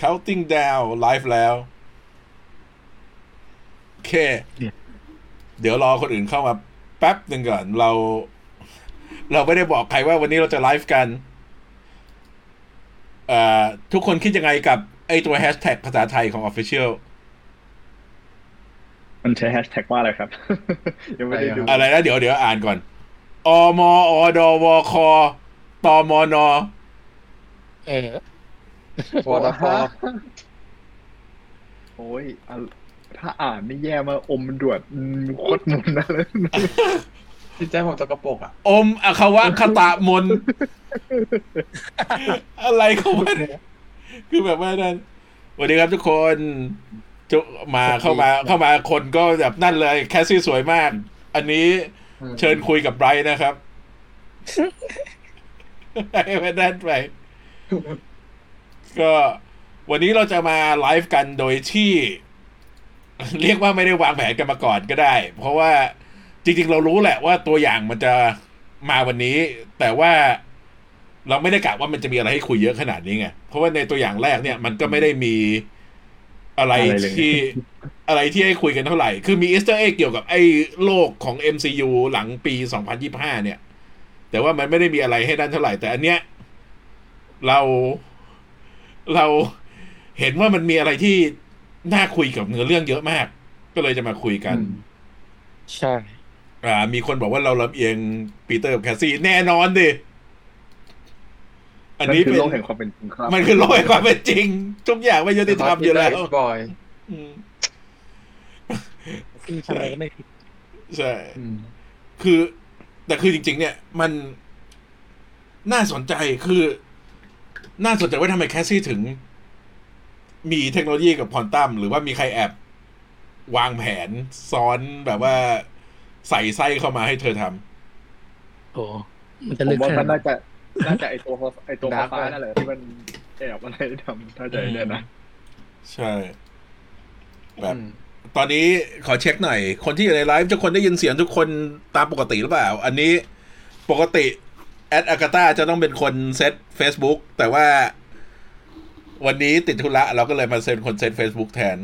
counting down ไลฟ์แล้วโอเคเดี๋ยวรอคนอื่นเข้ามาแป๊บหนึ่งก่อนเราไม่ได้บอกใครว่าวันนี้เราจะไลฟ์กันทุกคนคิดยังไงกับไอตัวแฮชแท็กภาษาไทยของ Official มันใช้แฮชแท็กว่าอะไรครับ ยังไม่ได้ดูอะไรนะเดี๋ยวอ่านก่อนอมอดวคตมนวตพโอ้ยถ้าอ่านนี่แย่มากอมด่วนโคตรมุนนะเลยจิตใจผมตะกระปกอมอคาวะคตะมนอะไรของมันคือแบบว่านั่นสวัสดีครับทุกคนเข้ามาคนก็แบบนั่นเลยแคสซี่สวยมากอันนี้เชิญคุยกับไบรท์นะครับให้มานั่นไปก็วันนี้เราจะมาไลฟ์กันโดยที่เรียกว่าไม่ได้วางแผนกันมาก่อนก็ได้เพราะว่าจริงๆเรารู้แหละว่าตัวอย่างมันจะมาวันนี้แต่ว่าเราไม่ได้กะว่ามันจะมีอะไรให้คุยเยอะขนาดนี้ไงเพราะว่าในตัวอย่างแรกเนี่ยมันก็ไม่ได้มีอะไรที่ให้คุยกันเท่าไหร่คือมีอีสเตอร์เอ็กเกี่ยวกับไอ้โลกของ MCU หลังปี2025เนี่ยแต่ว่ามันไม่ได้มีอะไรให้นั่นเท่าไหร่แต่อันเนี้ยเราเห็นว่ามันมีอะไรที่น่าคุยกับเนื้อเรื่องเยอะมากก็เลยจะมาคุยกันใช่มีคนบอกว่าเราลำเอียงปีเตอร์กับแคสซี่แน่นอนดิอันนี้เป็นโลกแห่งความเป็นจริงครับมันคือโลกแห่งความเป็นจริงทุกอย่างไม่ยุติธรรมอยู่แล้วบ่อยทำอะไรก็ไม่ผิดใช่คือแต่คือจริงๆเนี่ยมันน่าสนใจว่าทำไมแคสซี่ถึงมีเทคโนโลยีกับควอนตัมหรือว่ามีใครแอบวางแผนซ้อนแบบว่าใส่ไส้เข้ามาให้เธอทำโอ้มันจะลึกแค่น่าจะไอตัวฟ้านั่นแหละที่มันแอบอะไรทำถ้าใจเนี่ยนะใช่แบบตอนนี้ขอเช็คหน่อยคนที่อยู่ในไลฟ์ทุกคนได้ยินเสียงทุกคนตามปกติหรือเปล่าอันนี้ปกติแอดอากาตาจะต้องเป็นคนเซต Facebook แต่ว่าวันนี้ติดธุระเราก็เลยมาเซตคนเซต Facebook แทน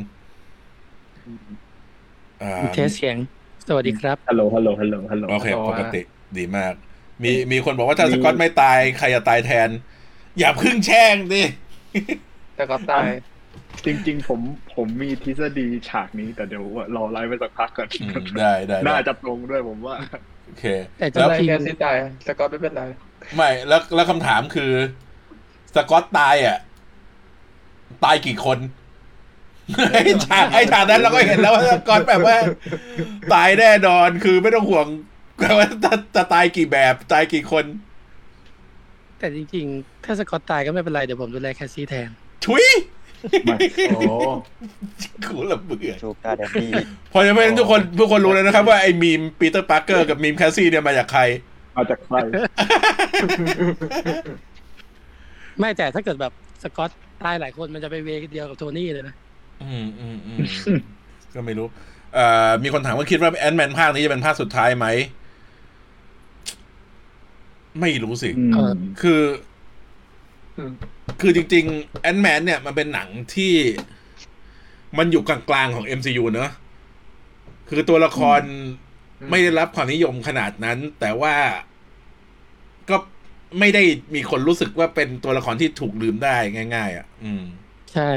เทสเสียงสวัสดีครับฮัลโหลโอเคปกติดีมากมีคนบอกว่าถ้าสกอตไม่ตายใครจะตายแทนอย่าพึ่งแช่งดิแต่ก็ตายจริงๆผมมีทฤษฎีฉากนี้แต่เดี๋ยวรอไลฟ์ไปสักพักก่อนได้น่าจะตรงด้วยผมว่าโอเคแล้วแคสซี่ตายสกอตไม่เป็นไรไม่แล้วคำถามคือสกอตตายตายกี่คนไอ้ฉากนั้นเราก็เห็นแล้วว่าสกอตแบบว่าตายแน่นอนคือไม่ต้องห่วงว่าจะตายกี่แบบตายกี่คนแต่จริงๆถ้าสกอตตายก็ไม่เป็นไรเดี๋ยวผมดูแลแคสซี่แทนชุยโอ้กูละเบื่อโชกาแดนดี้พอจะเป็นทุกคนรู้แล้วนะครับว่าไอ้มีมปีเตอร์ปาร์เกอร์กับมีมแคสซี่เนี่ยมาจากใครไม่แต่ถ้าเกิดแบบสกอตตายหลายคนมันจะไปเวเดียวกับโทนี่เลยนะก็ไม่รู้มีคนถามว่าคิดว่าแอนด์แมนภาคนี้จะเป็นภาคสุดท้ายไหมไม่รู้สิคือจริงๆแอนด์แมนเนี่ยมันเป็นหนังที่มันอยู่กลางๆของ MCU เนอะคือตัวละครไม่ได้รับความนิยมขนาดนั้นแต่ว่าก็ไม่ได้มีคนรู้สึกว่าเป็นตัวละครที่ถูกลืมได้ง่ายๆใช่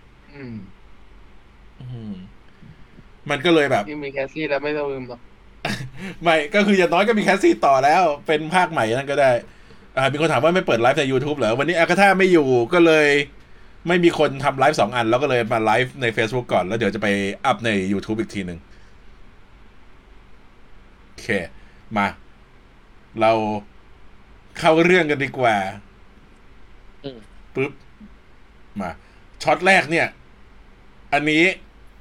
มันก็เลยแบบมีแคสซี่แล้วไม่ต้องลืมหรอกไม่ก็คืออย่างน้อยก็มีแคสซี่ต่อแล้วเป็นภาคใหม่นั่นก็ได้มีคนถามว่าไม่เปิดไลฟ์ใน YouTube เหรอวันนี้อากาธาไม่อยู่ก็เลยไม่มีคนทำไลฟ์2อันแล้วก็เลยมาไลฟ์ใน Facebook ก่อนแล้วเดี๋ยวจะไปอัพใน YouTube อีกทีนึงโอเคมาเราเข้าเรื่องกันดีกว่าปึ๊บมาช็อตแรกเนี่ยอันนี้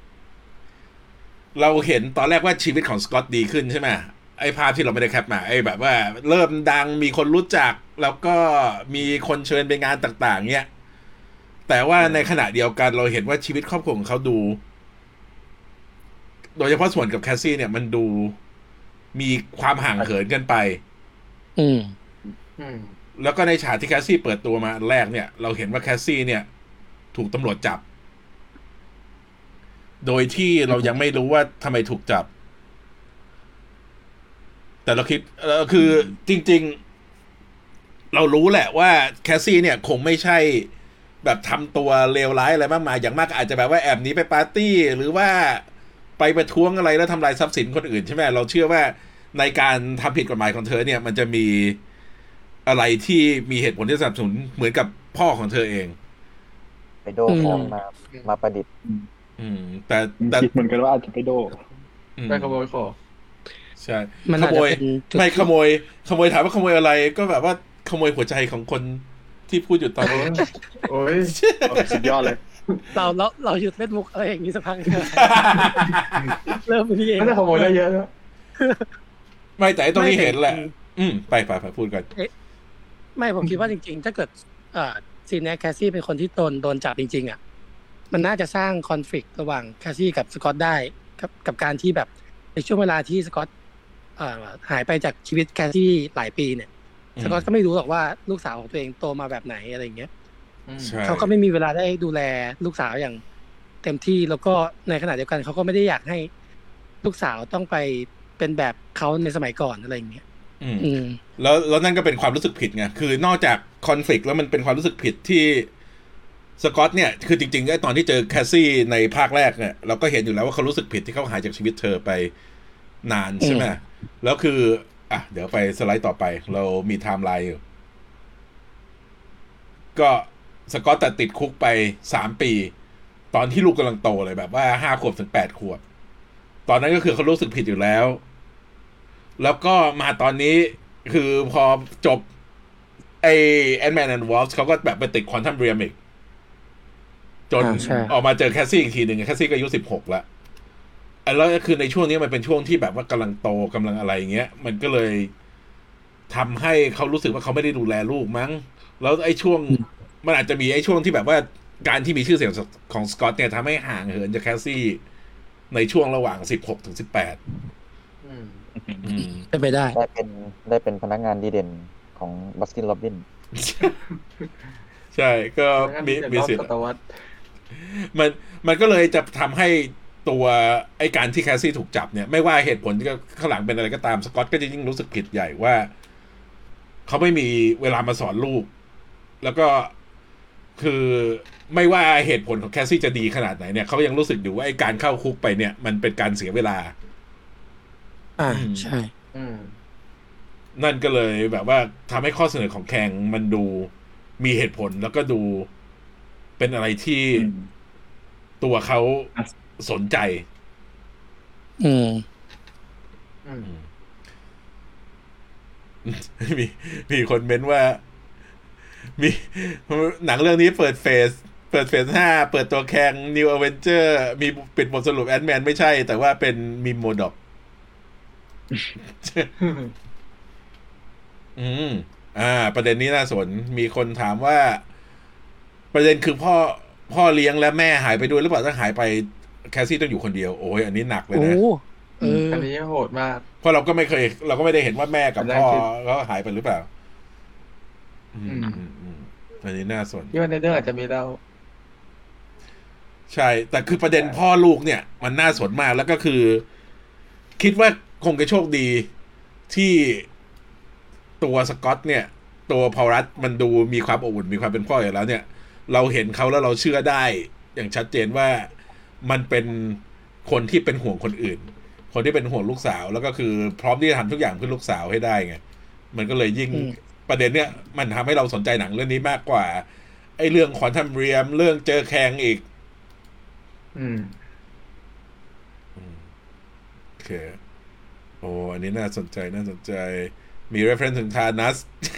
เราเห็นตอนแรกว่าชีวิตของสกอตดีขึ้นใช่ไหมไอ้ภาพที่เราไม่ได้แคปมาไอ้แบบว่าเริ่มดังมีคนรู้จักแล้วก็มีคนเชิญไปงานต่างๆเนี่ยแต่ว่าในขณะเดียวกันเราเห็นว่าชีวิตครอบครัวของเขาดูโดยเฉพาะส่วนกับแคสซี่เนี่ยมันดูมีความห่างเหินกันไปอืมแล้วก็ในฉากที่แคสซี่เปิดตัวมาแรกเนี่ยเราเห็นว่าแคสซี่เนี่ยถูกตำรวจจับ โดยที่เรายังไม่รู้ว่าทำไมถูกจับ แต่เราคิดคือจริงๆเรารู้แหละว่าแคสซี่เนี่ยคงไม่ใช่แบบทำตัวเลวร้ายอะไรมากมายอย่างมากอาจจะแบบว่าแอบหนีไปปาร์ตี้หรือว่าไปประท้วงอะไรแล้วทำลายทรัพย์สินคนอื่นใช่ไหมเราเชื่อว่าในการทำผิดกฎหมายของเธอเนี่ยมันจะมีอะไรที่มีเหตุผลที่สนับสนุนเหมือนกับพ่อของเธอเองไปโดของมาประดิษฐ์แต่คิดเหมือนกันว่าอาจจะไปโดไปขโมยของใช่ขโมยไม่ขโมยถามว่าขโมยอะไรก็แบบว่าขโมยหัวใจของคนที่พูดอยู่ตอนนี้โอ้ยสุดยอดเลยเราหยุดเล่นมุกอะไรอย่างนี้สักพักเริ่มนี่เองไม่ได้ขโมยได้เยอะแล้วไม่แต่ตรงนี้เห็นแหละไปพูดกันไม่ผมคิดว่าจริงๆถ้าเกิดซีนนี้แคสซี่เป็นคนที่โดนจับจริงๆอ่ะมันน่าจะสร้างคอนฟลิกต์ระหว่างแคสซี่กับสกอตได้กับการที่แบบในช่วงเวลาที่สกอตหายไปจากชีวิตแคสซี่หลายปีเนี่ยสกอตก็ไม่รู้หรอกว่าลูกสาวของตัวเองโตมาแบบไหนอะไรอย่างเงี้ยเขาก็ไม่มีเวลาได้ดูแลลูกสาวอย่างเต็มที่แล้วก็ในขณะเดียวกันเขาก็ไม่ได้อยากให้ลูกสาวต้องไปเป็นแบบเขาในสมัยก่อนอะไรอย่างเงี้ยแล้วนั่นก็เป็นความรู้สึกผิดไงคือนอกจากคอนฟลิกต์แล้วมันเป็นความรู้สึกผิดที่สกอตเนี่ยคือจริงๆไอ้ตอนที่เจอแคสซี่ในภาคแรกเนี่ยเราก็เห็นอยู่แล้วว่าเขารู้สึกผิดที่เขาหายจากชีวิตเธอไปนานใช่ไหมแล้วคือเดี๋ยวไปสไลด์ต่อไปเรามีไทม์ไลน์อยู่ก็สกอตแต่ติดคุกไป3 ปีตอนที่ลูกกำลังโตเลยแบบว่า5 ขวบถึง8 ขวบตอนนั้นก็คือเขารู้สึกผิดอยู่แล้วแล้วก็มาตอนนี้คือพอจบไอ้ Ant-Man and Wasp เขาก็แบบไปติดควอนตัมเรียมอีกจนออกมาเจอแคสซี่อีกทีหนึ่งแคสซี่ก็อายุ16แล้วแล้วก็คือในช่วงนี้มันเป็นช่วงที่แบบว่ากำลังโตกำลังอะไรเงี้ยมันก็เลยทำให้เขารู้สึกว่าเขาไม่ได้ดูแลลูกมั้งแล้วไอ้ช่วงมันอาจจะมีไอ้ช่วงที่แบบว่าการที่มีชื่อเสียงของสกอตเนี่ยทำให้ห่างเหินจากแคสซี่ในช่วงระหว่าง16 ถึง 18 ไปได้เป็นพนักงานดีเด่นของบัสกินโรบินใช่ก็มีสิทธิ์มันก็เลยจะทำให้ตัวไอ้การที่แคสซี่ถูกจับเนี่ยไม่ว่าเหตุผลที่ข้างหลังเป็นอะไรก็ตามสกอตก็จะยิ่งรู้สึกผิดใหญ่ว่าเขาไม่มีเวลามาสอนลูกแล้วก็คือไม่ว่าเหตุผลของแคสซี่จะดีขนาดไหนเนี่ยเขายังรู้สึกอยู่ว่าไอ้การเข้าคุกไปเนี่ยมันเป็นการเสียเวลาใช่นั่นก็เลยแบบว่าทำให้ข้อเสนอของแคงมันดูมีเหตุผลแล้วก็ดูเป็นอะไรที่ตัวเขาสนใจมีคนเม้นว่ามีหนังเรื่องนี้เปิดเฟส5เปิดตัวแคง New Avenger มีปิดบทสรุปแอนท์แมนไม่ใช่แต่ว่าเป็นมิมโมดอกประเด็นนี้น่าสนมีคนถามว่าประเด็นคือพ่อเลี้ยงและแม่หายไปด้วยหรือเปล่าถ้าหายไปแคสซี่ต้องอยู่คนเดียวโอ้ยอันนี้หนักเลยนะอันนี้โหดมากเพราะเราก็ไม่ได้เห็นว่าแม่กับพ่อเขาหายไปหรือเปล่าอันนี้น่าสนที่ว่าในเรื่องอาจจะมีเราใช่แต่คือประเด็นพ่อลูกเนี่ยมันน่าสนมากแล้วก็คือคิดว่าคงจะโชคดีที่ตัวสกอตเนี่ยตัวพอลรัสมันดูมีความอบอุ่นมีความเป็นพ่ออยู่แล้วเนี่ยเราเห็นเขาแล้วเราเชื่อได้อย่างชัดเจนว่ามันเป็นคนที่เป็นห่วงคนอื่นคนที่เป็นห่วงลูกสาวแล้วก็คือพร้อมที่จะทำทุกอย่างเพื่อลูกสาวให้ได้ไงมันก็เลยยิ่งประเด็นเนี้ยมันทำให้เราสนใจหนังเรื่องนี้มากกว่าไอ้เรื่องควอนตัมเรียมเรื่องเจอแคงอีกโอเคโอ้อันนี้น่าสนใจมี reference ถึงธานัส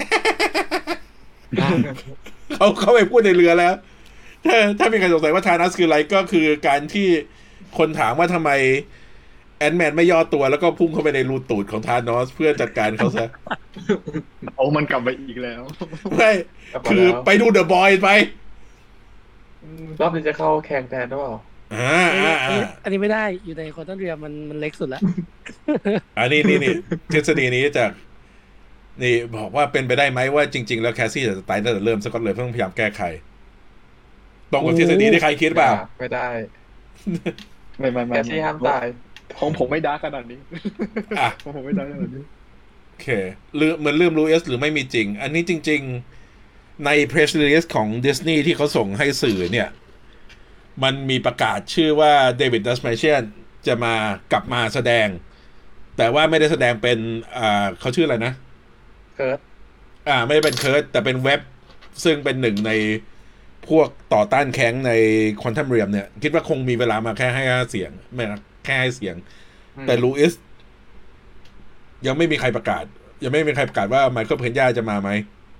เขาไปพูดในเรือแล้วถ้ามีใครสงสัยว่าธานัสคืออะไรก็คือการที่คนถามว่าทำไมแอนท์แมนไม่ย่อตัวแล้วก็พุ่งเข้าไปในรูตูดของธานอสเพื่อจัดการเขาซะมันกลับไปอีกแล้วไม่คือไปดูเดอะบอยไปรอบนี้จะเข้าแข่งแทนหรือเปล่าอันนี้ไม่ได้อยู่ในควอนตัมเรียมมันเล็กสุดแล้วอันนี้ทฤษฎีนี้จากนี่บอกว่าเป็นไปได้ไหมว่าจริงๆแล้วแคสซี่จะตายตั้งแต่เริ่มสกอตเลยเพิ่งพยายามแก้ไขตรงกับทฤษฎีที่ใครคิดเปล่าไม่ได้ไม่แคสซี่ห้ามตายของผมไม่ดาร์กขนาดนี้อ่ะของผมไม่ดาร์กขนาดนี้โอเคเหมือนลืมลูอิสหรือไม่มีจริง อันนี้จริงๆใน press release ของ Disney ที่เขาส่งให้สื่อเนี่ยมันมีประกาศชื่อว่าเดวิดดัสไมเชียนจะกลับมาแสดงแต่ว่าไม่ได้แสดงเป็นเขาชื่ออะไรนะเคิร์ดไม่ได้เป็นเคิร์ดแต่เป็นเว็บซึ่งเป็นหนึ่งในพวกต่อต้านแข้งในควอนตัมเรียมเนี่ยคิดว่าคงมีเวลามาแค่ให้เสียงไม่นะแค่ให้เสียงแต่ลูอิสยังไม่มีใครประกาศว่าไมเคิลเพนย่าจะมาไหม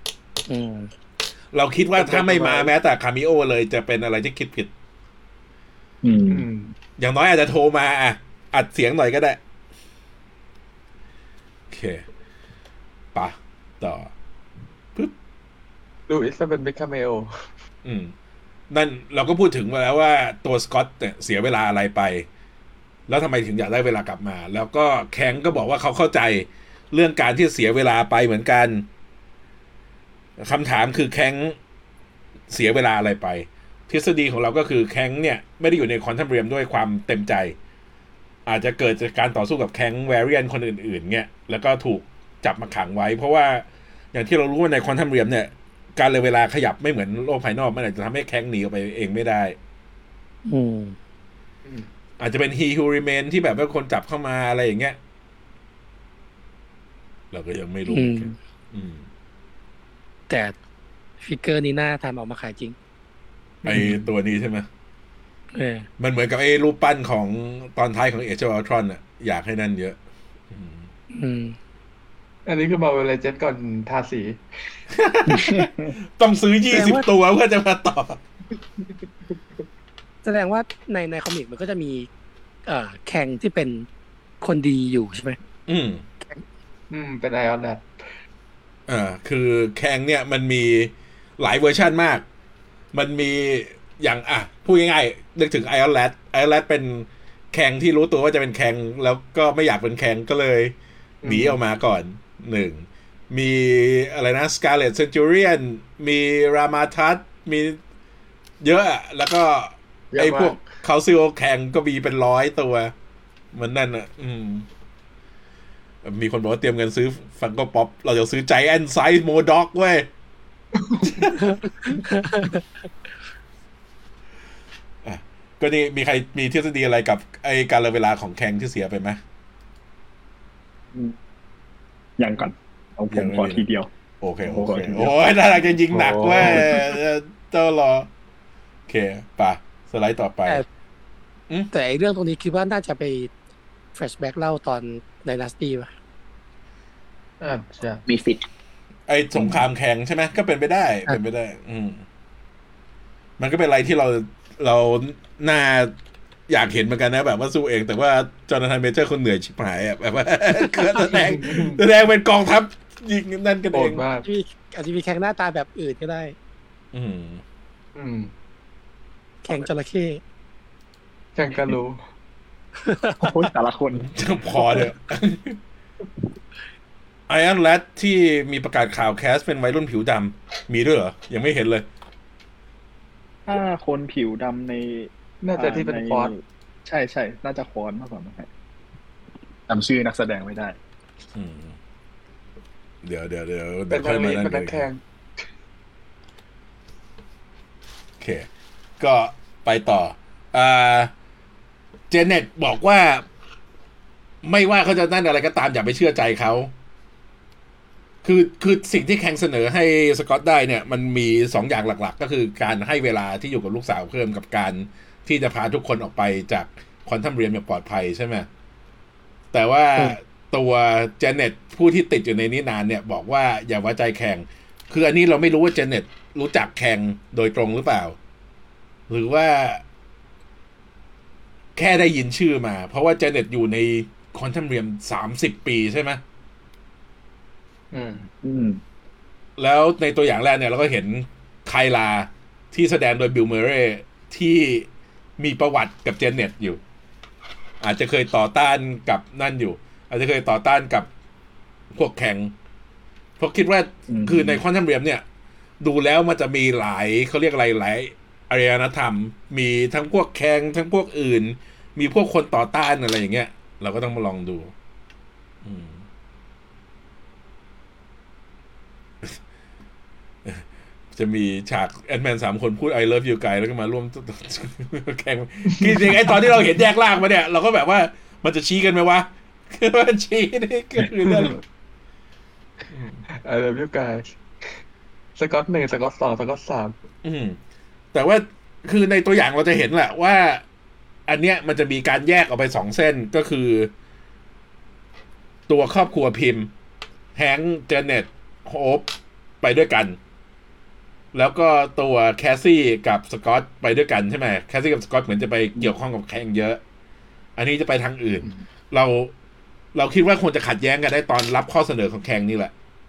เราคิดว่าถ้าไม่มาแม้แต่คาเมโอเลยจะเป็นอะไรที่คิดผิดอย่างน้อยอาจจะโทรมาอัดเสียงหน่อยก็ได้โอเคปะต่อปึ๊บลูอิสจะเป็นเบคคาเมลนั่นเราก็พูดถึงมาแล้วว่าตัวสกอตเนี่ยเสียเวลาอะไรไปแล้วทำไมถึงอยากได้เวลากลับมาแล้วก็แข้งก็บอกว่าเขาเข้าใจเรื่องการที่เสียเวลาไปเหมือนกันคำถามคือแข้งเสียเวลาอะไรไปทฤษฎีของเราก็คือแข้งเนี่ยไม่ได้อยู่ในควอนตัมเรียมด้วยความเต็มใจอาจจะเกิดจากการต่อสู้กับแข้งแวริเอนคนอื่นๆเนี่ยแล้วก็ถูกจับมาขังไว้เพราะว่าอย่างที่เรารู้ว่าในควอนตัมเรียมเนี่ยการเลยเวลาขยับไม่เหมือนโลกภายนอกมันอาจจะทำให้แข้งหนีออกไปเองไม่ได้อาจจะเป็น He Who Remain ที่แบบว่าคนจับเข้ามาอะไรอย่างเงี้ยเราก็ยังไม่รู้แต่ฟิกเกอร์นี้น่าทำออกมาขายจริงไอตัวนี้ใช่ไหมมันเหมือนกับไอ้รูปปั้นของตอนท้ายของ Age of Ultron อ่ะอยากให้นั่นเยอะอันนี้คือมาเวลเจนก่อนทาสีต้องซื้อ20ตัวเพื่อจะมาต่อแสดงว่าในคอมิกมันก็จะมีแข่งที่เป็นคนดีอยู่ใช่ไหมเป็นไอออนแลนด์คือแข่งเนี่ยมันมีหลายเวอร์ชันมากมันมีอย่างพูดง่ายๆนึกถึงไอออนแลนด์เป็นแข่งที่รู้ตัวว่าจะเป็นแข่งแล้วก็ไม่อยากเป็นแข่งก็เลยหนีออกมาก่อน1มีอะไรนะ Scarlet Centurion มีรามาทัสมีเยอะแล้วก็ไอ้พวกเขาซิลแข่งก็มีเป็น100ตัวเหมือนนั่นมีคนบอกว่าเตรียมเงินซื้อฟังก็ป๊อปเราจะซื้อ Giant Size Modok เว้ย ก็นี่มีใครมีทฤษฎีอะไรกับไอ้การเวลาของแข่งที่เสียไปไหมยังก่อนเอาผมขอทีเดียวโอเคโอ้ยน่ารักจะยิงหนักเว้ยเจ้ารอโอเคป่ะสไลด์ต่อไปแต่เรื่องตรงนี้คิดว่าน่าจะไปแฟลชแบ็กเล่าตอนในนัสตี้ป่ะใช่มีสิทธิ์ไอ้สงครามแข่งใช่ไหมก็เป็นไปได้มันก็เป็นอะไรที่เราน่าอยากเห็นเหมือนกันนะแบบว่าสู้เองแต่ว่าจอนาธานเมเจอร์คนเหนื่อยชิบหายแบบว่าเกิดแสดงเป็นกองทัพยิงนั่นกันเองอาจจะมีแข่งหน้าตาแบบอื่นก็ได้แข่งจระเข้แข่งกันรู้โอ้ยแต่ละคนจะพอเลยไอออนแลดที่มีประกาศข่าวแคสเป็นวัยรุ่นผิวดำมีด้วยเหรอยังไม่เห็นเลยถ้าคนผิวดำในน่าจะที่เป็นคอนใช่น่าจะคอนมากกว่านะจำชื่อนักแสดงไม่ได้เดี๋ยวค่อยมานั่นเลยโอเคก็ไปต่อเจเน็ตบอกว่าไม่ว่าเขาจะนั่นอะไรก็ตามอย่าไปเชื่อใจเขาคือสิ่งที่แข่งเสนอให้สกอตได้เนี่ยมันมี2อย่างหลักๆก็คือการให้เวลาที่อยู่กับลูกสาวเพิ่มกับการที่จะพาทุกคนออกไปจากควอนตัมเรียมอย่างปลอดภัยใช่ไหมแต่ว่าตัวเจเน็ตผู้ที่ติดอยู่ในนี้นานเนี่ยบอกว่าอย่าไว้ใจแข่งคืออันนี้เราไม่รู้ว่าเจเน็ตรู้จักแข่งโดยตรงหรือเปล่าหรือว่าแค่ได้ยินชื่อมาเพราะว่าเจเน็ตอยู่ในควอนตัมเรียม30 ปีใช่ไหมแล้วในตัวอย่างแรกเนี่ยเราก็เห็นไคลาที่แสดงโดยบิลเมอร์เรย์ที่มีประวัติกับเจเน็ตอยู่อาจจะเคยต่อต้านกับนั่นอยู่อาจจะเคยต่อต้านกับพวกแข่งเพราะคิดว่าคือในควอนตัมเรียมเนี่ยดูแล้วมันจะมีหลายเขาเรียกอะไรหอารยนธรรมมีทั้งพวกแคงทั้งพวกอื่น มีพวกคนต่อต้านอะไรอย่างเงี้ยเราก็ต้องมาลองดูจะมีฉากแอนด์แมน3 คนพูด I love you guys แล้วก็มาร่วมแข่งจริงๆไอ้ตอนที่เราเห็นแยกล่างมาเนี่ยเราก็แบบว่ามันจะชี้กันไหมวะคือมันชี้นี่ก็คือนั่น I love you guys สกอต1สกอต2สกอต3 แต่ว่าคือในตัวอย่างเราจะเห็นแหละว่าอันเนี้ยมันจะมีการแยกออกไป2 เส้นก็คือตัวครอบครัวพิมพ์แฮงค์เจเน็ตโฮปไปด้วยกันแล้วก็ตัวแคสซี่กับสกอตไปด้วยกันใช่ไหมแคสซี่กับสกอตเหมือนจะไปเกี่ยวข้องกับแข่งเยอะอันนี้จะไปทางอื่นเราคิดว่าควรจะขัดแย้งกันได้ตอนรับข้อเสนอของแข่งนี่แหละ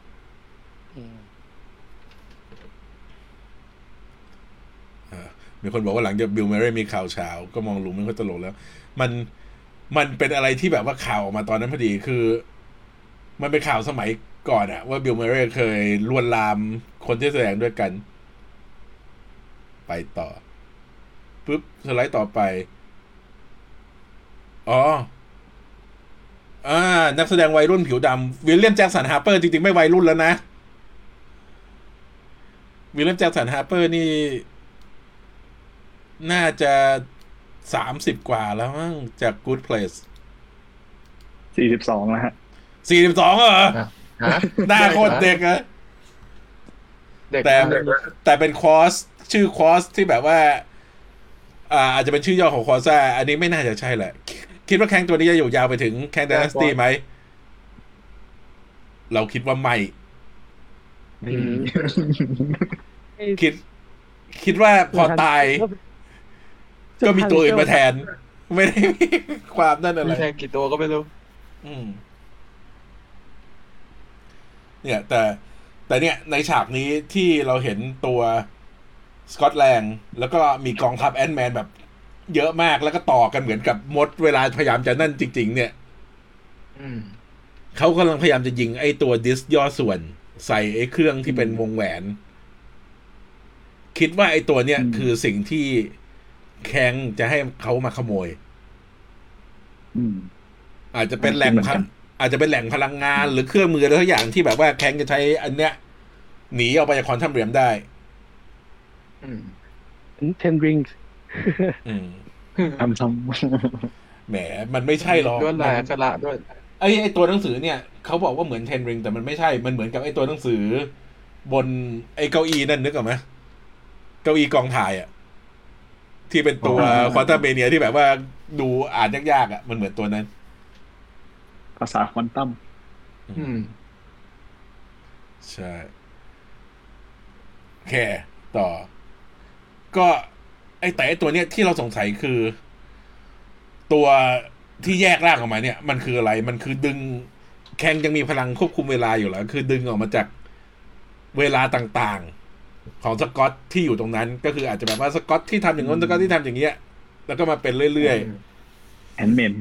มีคนบอกว่าหลังจากบิล เมอร์เรย์มีข่าวเช้าก็มองลุงไม่ค่อยตลกแล้วมันเป็นอะไรที่แบบว่าข่าวออกมาตอนนั้นพอดีคือมันเป็นข่าวสมัยก่อนอะว่าบิล เมอร์เรย์เคยลวนลามคนที่แสดงด้วยกันไปต่อปุ๊บสไลด์ต่อไปนักแสดงวัยรุ่นผิวดำวิลเลียมแจ็คสันฮาร์เปอร์จริงๆไม่วัยรุ่นแล้วนะวิลเลียมแจ็คสันฮาร์เปอร์นี่น่าจะ30 กว่าแล้วมั้งจาก Good Place 42แล้วฮะ 42เหรอหน้าโคตรเด็กอะแต่เป็นคอร์สชื่อคอร์สที่แบบว่าอาจจะเป็นชื่อย่อของคอร์ซ่าอันนี้ไม่น่าจะใช่แหละคิดว่าแข้งตัวนี้จะอยู่ยาวไปถึงแข้ง Dynasty ไหมเราคิดว่าไม่คิดว่าพอตายก็มีตัวอื่นมาแทนไม่ได้มีความนั่นอะไรมีแทนกี่ตัวก็ไม่รู้เนี่ยแต่เนี่ยในฉากนี้ที่เราเห็นตัวสกอตแลนด์แล้วก็มีกองทัพแอนท์แมนแบบเยอะมากแล้วก็ต่อกันเหมือนกับมดเวลาพยายามจะนั่นจริงๆเนี่ยเขากำลังพยายามจะยิงไอ้ตัวดิสย่อส่วนใส่ไอ้เครื่องที่เป็นวงแหวนคิดว่าไอ้ตัวเนี้ยคือสิ่งที่แข้งจะให้เขามาขโมยอาจจะเป็นแหล่งพลังงานหรือเครื่องมืออะไรทุกอย่างที่แบบว่าแข้งจะใช้อันเนี้ยหนีออกไปจากควอนตัมเรียมได้ 10 rings ทำแหมมันไม่ใช่หรอกด้วยลายกระละด้วยไอ้ตัวหนังสือเนี่ยเขาบอกว่าเหมือน10 ring แต่มันไม่ใช่มันเหมือนกับไอ้ตัวหนังสือบนไอ้เก้าอี้นั่นนึกออกไหมเก้าอี้กองถ่ายอ่ะที่เป็นตัวควอนตัมเมเนียที่แบบว่าดูอ่านยากๆอ่ะมันเหมือนตัวนั้นภาษาควอนตัมใช่โอเคต่อก็แต่ไอ้ตัวเนี้ยที่เราสงสัยคือตัวที่แยกร่างออกมาเนี่ยมันคืออะไรมันคือดึงแข้งยังมีพลังควบคุมเวลาอยู่แล้วคือดึงออกมาจากเวลาต่างๆของสกอตที่อยู่ตรงนั้นก็คืออาจจะแบบว่าสกอตที่ทำอย่างนั้นสกอตที่ทำอย่างเงี้ยแล้วก็มาเป็นเรื่อยๆแอนด์แมน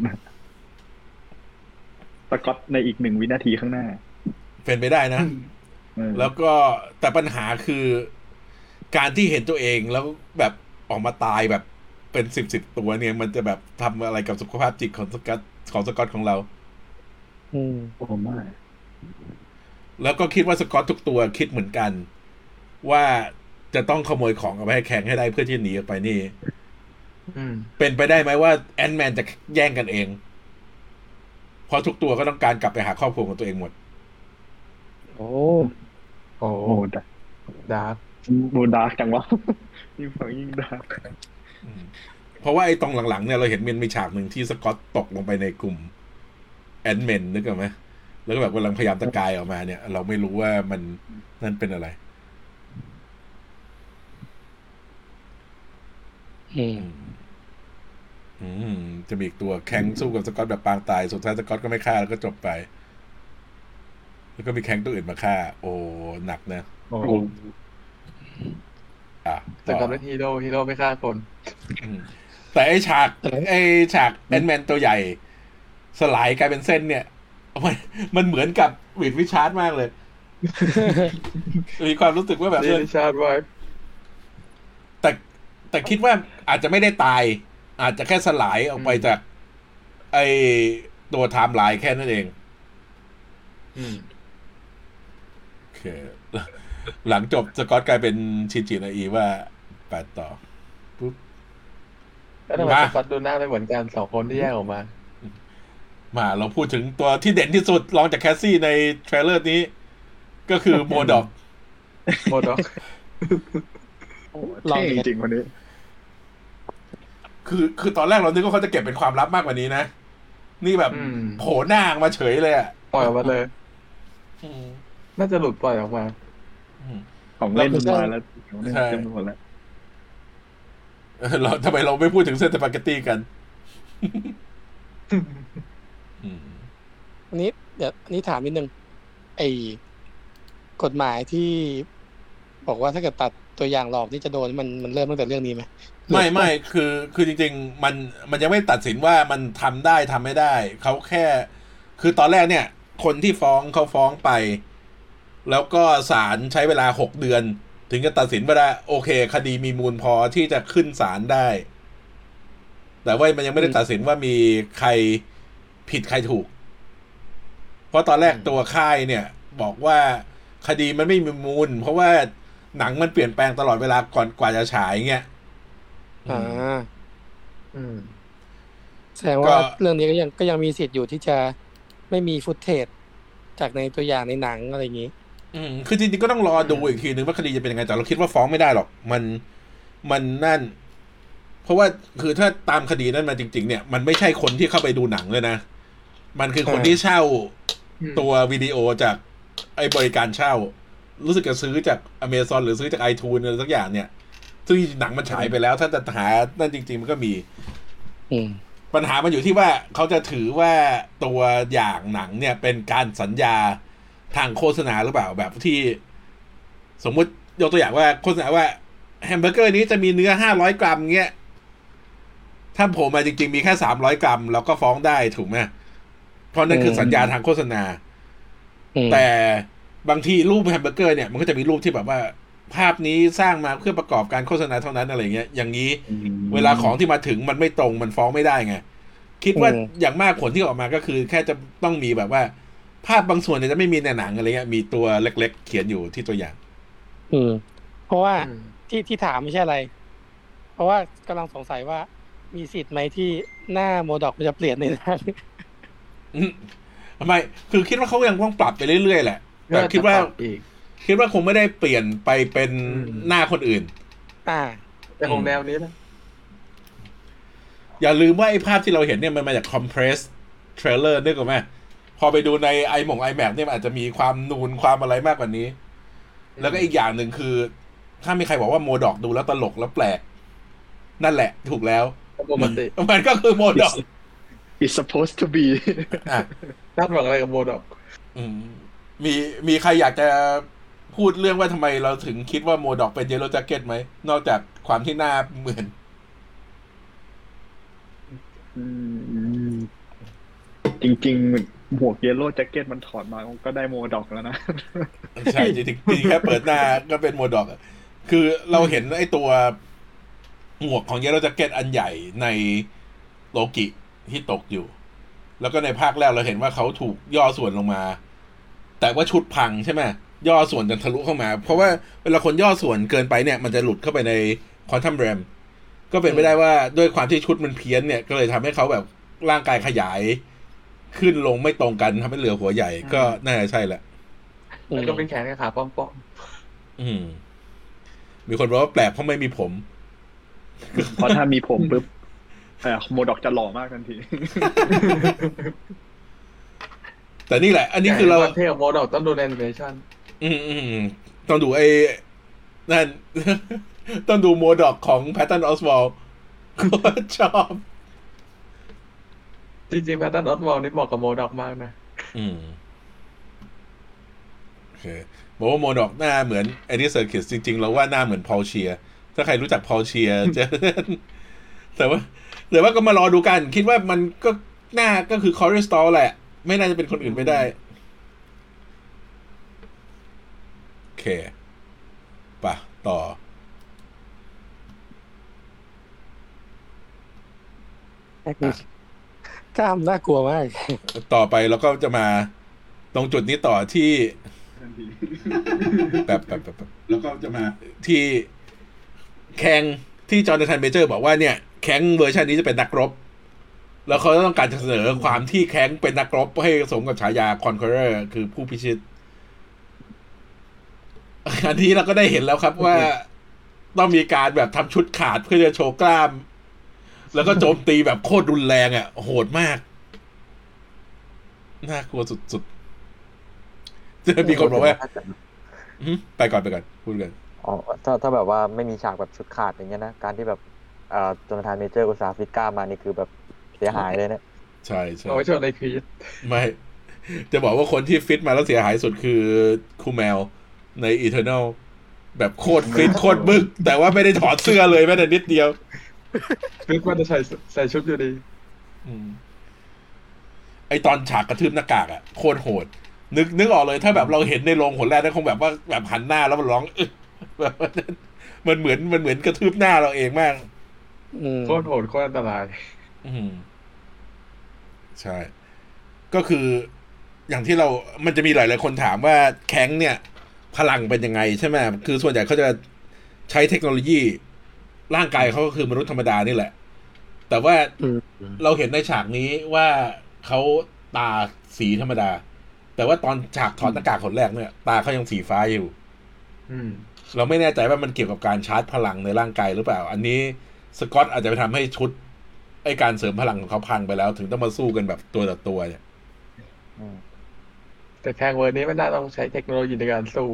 สกอตในอีก1 วินาทีข้างหน้าเป็นไปได้นะแล้วก็แต่ปัญหาคือการที่เห็นตัวเองแล้วแบบออกมาตายแบบเป็น10ตัวเนี่ยมันจะแบบทำอะไรกับสุขภาพจิตของสกอตของเราโอ้ไม่แล้วก็คิดว่าสกอตทุกตัวคิดเหมือนกันว่าจะต้องขโมยของเอาไปให้แข่งให้ได้เพื่อที่หนีออกไปนี่เป็นไปได้ไหมว่าแอนท์แมนจะแย่งกันเองเพราะทุกตัวก็ต้องการกลับไปหาครอบครัวของตัวเองหมดโอ้ดาร์กจังวะยิ่งฟังยิ่งดาร์กเพราะว่าไอ้ตรงหลังๆเนี่ยเราเห็นมันมีฉากหนึ่งที่สกอตตกลงไปในกลุ่มแอนท์แมนนึกออกไหมแล้วก็แบบกำลังพยายามตะกายออกมาเนี่ยเราไม่รู้ว่ามันนั่นเป็นอะไรจะมีอีกตัวแข้งสู้กับสกอตแบบปางตายสุดท้ายสกอตก็ไม่ฆ่าแล้วก็จบไปแล้วก็มีแข้งตัวอื่นมาฆ่าโอ้หนักนะสกอตเป็นฮีโร่ไม่ฆ่าคนแต่ไอ้ฉากแอนท์แมนตัวใหญ่สลายกลายเป็นเส้นเนี่ยมันเหมือนกับวิดวิชาร์ดมากเลยมีความรู้สึกว่าแบบวิชาร์ดไว้แต่คิดว่าอาจจะไม่ได้ตาย อาจจะแค่สลายออกไปจากไอตัวไทม์ไลน์แค่นั้นเองโอเคหลังจบสกอตกลายเป็นชินจินาอีว่า8ต่อปุ๊บแล้วทำไมสกอตดูหน้าไม่เหมือนกัน2คนที่แยกออกมาเราพูดถึงตัวที่เด่นที่สุดรองจากแคสซี่ในเทรลเลอร์นี้ก็คือโมดอกลองจริงๆคนนี้คือตอนแรกเรานึกว่าเขาจะเก็บเป็นความลับมากกว่านี้นะนี่แบบโผล่หน้ามาเฉยเลยอ่ะปล่อยออกมาเลยน่าจะหลุดปล่อยออกมาของเล่นมาแล้วใช่หมดแล้วเราทำไมเราไม่พูดถึงเส้นสปาเกตตี้กันอันนี้เดี๋ยวอันนี้ถามนิดนึงไอ้กฎหมายที่บอกว่าถ้าเกิดตัดตัวอย่างหลอกนี่จะโดนมันเริ่มตั้งแต่เรื่องนี้ไหมไม่คือจริงๆมันยังไม่ตัดสินว่ามันทำได้ทำไม่ได้เขาแค่คือตอนแรกเนี่ยคนที่ฟ้องเขาฟ้องไปแล้วก็ศาลใช้เวลา6 เดือนถึงจะตัดสินว่าโอเคคดีมีมูลพอที่จะขึ้นศาลได้แต่ว่ามันยังไม่ได้ตัดสินว่ามีใครผิดใครถูกเพราะตอนแรกตัวค่ายเนี่ยบอกว่าคดีมันไม่มีมูลเพราะว่าหนังมันเปลี่ยนแปลงตลอดเวลาก่อนกว่าจะฉายเงี้ยแสดงว่าเรื่องนี้ก็ยังมีสิทธิ์อยู่ที่จะไม่มีฟุตเทจจากในตัวอย่างในหนังอะไรอย่างนี้คือจริงๆก็ต้องรอดูอีกทีนึงว่าคดีจะเป็นยังไงแต่เราคิดว่าฟ้องไม่ได้หรอกมันนั่นเพราะว่าคือถ้าตามคดีนั้นมาจริงๆเนี่ยมันไม่ใช่คนที่เข้าไปดูหนังเลยนะมันคือคนที่เช่าตัววิดีโอจากไอ้บริการเช่ารู้สึกจะซื้อจาก Amazon หรือซื้อจาก iTunes อะไรสักอย่างเนี่ยซึ่งหนังมันฉายไปแล้วถ้าจะหานั่นจริงๆมันก็มีปัญหามันอยู่ที่ว่าเขาจะถือว่าตัวอย่างหนังเนี่ยเป็นการสัญญาทางโฆษณาหรือเปล่าแบบที่สมมุติยกตัวอย่างว่าโฆษณาว่าแฮมเบอร์เกอร์นี้จะมีเนื้อ500 กรัมเงี้ยถ้าโผล่มาจริงๆมีแค่300 กรัมเราก็ฟ้องได้ถูกไหมเพราะนั่นคือสัญญาทางโฆษณาแต่บางทีรูปแฮมเบอร์เกอร์เนี่ยมันก็จะมีรูปที่แบบว่าภาพนี้สร้างมาเพื่อประกอบการโฆษณาเท่านั้นอะไรเงี้ยอย่างนี้เวลาของที่มาถึงมันไม่ตรงมันฟ้องไม่ได้ไงคิดว่าอย่างมากผลที่ออกมาก็คือแค่จะต้องมีแบบว่าภาพบางส่วนเนี่ยจะไม่มีในหนังอะไรเงี้ยมีตัวเล็กๆเขียนอยู่ที่ตัวอย่างเพราะว่าที่ถามไม่ใช่อะไรเพราะว่ากำลังสงสัยว่ามีสิทธิ์ไหมที่หน้าโมดอกมันจะเปลี่ยนในหนังทำไมคือคิดว่าเขายังต้องปรับไปเรื่อยๆแหละแต่คิดว่าคงไม่ได้เปลี่ยนไปเป็นหน้าคนอื่นแต่ของแนวนี้นะอย่าลืมว่าไอ้ภาพที่เราเห็นเนี่ยมันมาจาก compress trailer นึกออกไหมพอไปดูในiMac เนี่ยมันอาจจะมีความนูนความอะไรมากกว่านี้แล้วก็อีกอย่างหนึ่งคือถ้ามีใครบอกว่าโมดอกดูแล้วตลกแล้วแปลกนั่นแหละถูกแล้วมันก็คือโมดอก It's supposed to be คาดหวังอะไรกับโมดอกมีใครอยากจะพูดเรื่องว่าทำไมเราถึงคิดว่าโมดอกเป็นเยลโล่แจ็คเก็ตไหมนอกจากความที่หน้าเหมือนจริงๆหมวกเยลโล่แจ็คเก็ตมันถอดมาก็ได้โมดอกแล้วนะใช่จริงๆแค่เปิดหน้าก็เป็นโมดอกคือเราเห็นไอ้ตัวหมวกของเยลโล่แจ็คเก็ตอันใหญ่ในโลกิที่ตกอยู่แล้วก็ในภาคแรกเราเห็นว่าเขาถูกย่อส่วนลงมาแต่ว่าชุดพังใช่ไหมย่อส่วนจนทะลุเข้ามาเพราะว่าเวลาคนย่อส่วนเกินไปเนี่ยมันจะหลุดเข้าไปในควอนตัมแรมก็เป็นไปได้ว่าด้วยความที่ชุดมันเพี้ยนเนี่ยก็เลยทำให้เขาแบบร่างกายขยายขึ้นลงไม่ตรงกันทำให้เหลือหัวใหญ่ก็น่าจะใช่แหละแล้วก็เป็นแขนกับขาป้อมมีคนบอกว่าแปลกเพราะไม่มีผมเพราะถ้ามีผมปุ๊บโมดอกจะหล่อมากทันทีแต่นี่แหละอันนี้คือเราเท่โมดอกต้องดูแอนิเมชั่นต้องดูไอ้นั่นต้องดูโมดอกของแพตตันออสวอลก็ชอบจริงๆแพตตันออสวอลนี่เหมาะกับโมดอกมากนะโอเคบอกว่าโมดอกหน้าเหมือนแอนดี้เซอร์คิสจริงๆเราว่าหน้าเหมือนพอลเชียถ้าใครรู้จักพอลเชียจะแต่ว่าก็มารอดูกันคิดว่ามันก็หน้าก็คือคอริสตอลแหละไม่น่าจะเป็นคนอื่นไม่ได้โอเคป่ะต่อกล้ามน่ากลัวมากต่อไปเราก็จะมาตรงจุดนี้ต่อที่แบบแล้วก็จะมาที่แข่งที่จอห์นธนเมเจอร์บอกว่าเนี่ยแข้งเวอร์ชันนี้จะเป็นนักรบแล้วเขาต้องการจะเสนอความที่แข้งเป็นนักรบให้สมกับฉายาคอนเคอร์เรอร์คือผู้พิชิตอันนี้เราก็ได้เห็นแล้วครับว่าต้องมีการแบบทำชุดขาดเพื่อจะโชว์กล้ามแล้วก็โจมตีแบบโคตรรุนแรงอ่ะโหดมากน่ากลัวสุดๆจะมีคนบอกว่าไปก่อนพูดกันอ๋อถ้าแบบว่าไม่มีฉากแบบชุดขาดอย่างเงี้ยนะการที่แบบจอนาธานเมเจอร์อุตสาห์ฟิตกล้ามมานี่คือแบบเสียหายเลยเนี่ยใช่เอาไว้โชว์ในคลิปไม่จะบอกว่าคนที่ฟิตมาแล้วเสียหายสุดคือคูแมลใน Eternal แบบโคตรฟิตโคตรบึกแต่ว่าไม่ได้ถอดเสื้อเลยแม้แต่นิดเดียวฟิตว่าจะใส่ชุดอยู่ดีไอตอนฉากกระทืบหน้ากากอ่ะโคตรโหดนึกออกเลยถ้าแบบเราเห็นในโรงผลแรกนั่นคงแบบว่าแบบหันหน้าแล้วมันร้องแบบมันเหมือนกระทืบหน้าเราเองมากโคตรโหดโคตรอันตรายใช่ก็คืออย่างที่มันจะมีหลายคนถามว่าแข้งเนี่ยพลังเป็นยังไงใช่ไหมคือส่วนใหญ่เขาจะใช้เทคโนโลยีร่างกายเขาก็คือมนุษย์ธรรมดานี่แหละแต่ว่าเราเห็นในฉากนี้ว่าเขาตาสีธรรมดาแต่ว่าตอนฉากถอดหน้ากากคนแรกเนี่ยตาเขายังสีฟ้าอยู่เราไม่แน่ใจว่ามันเกี่ยวกับการชาร์จพลังในร่างกายหรือเปล่าอันนี้สกอตอาจจะไปทำให้ชุดไอการเสริมพลังของเขาพังไปแล้วถึงต้องมาสู้กันแบบตัวต่อตัวเนี่ยแต่แทงเวอร์นี้มันน่าต้องใช้เทคโนโลยีในการสู้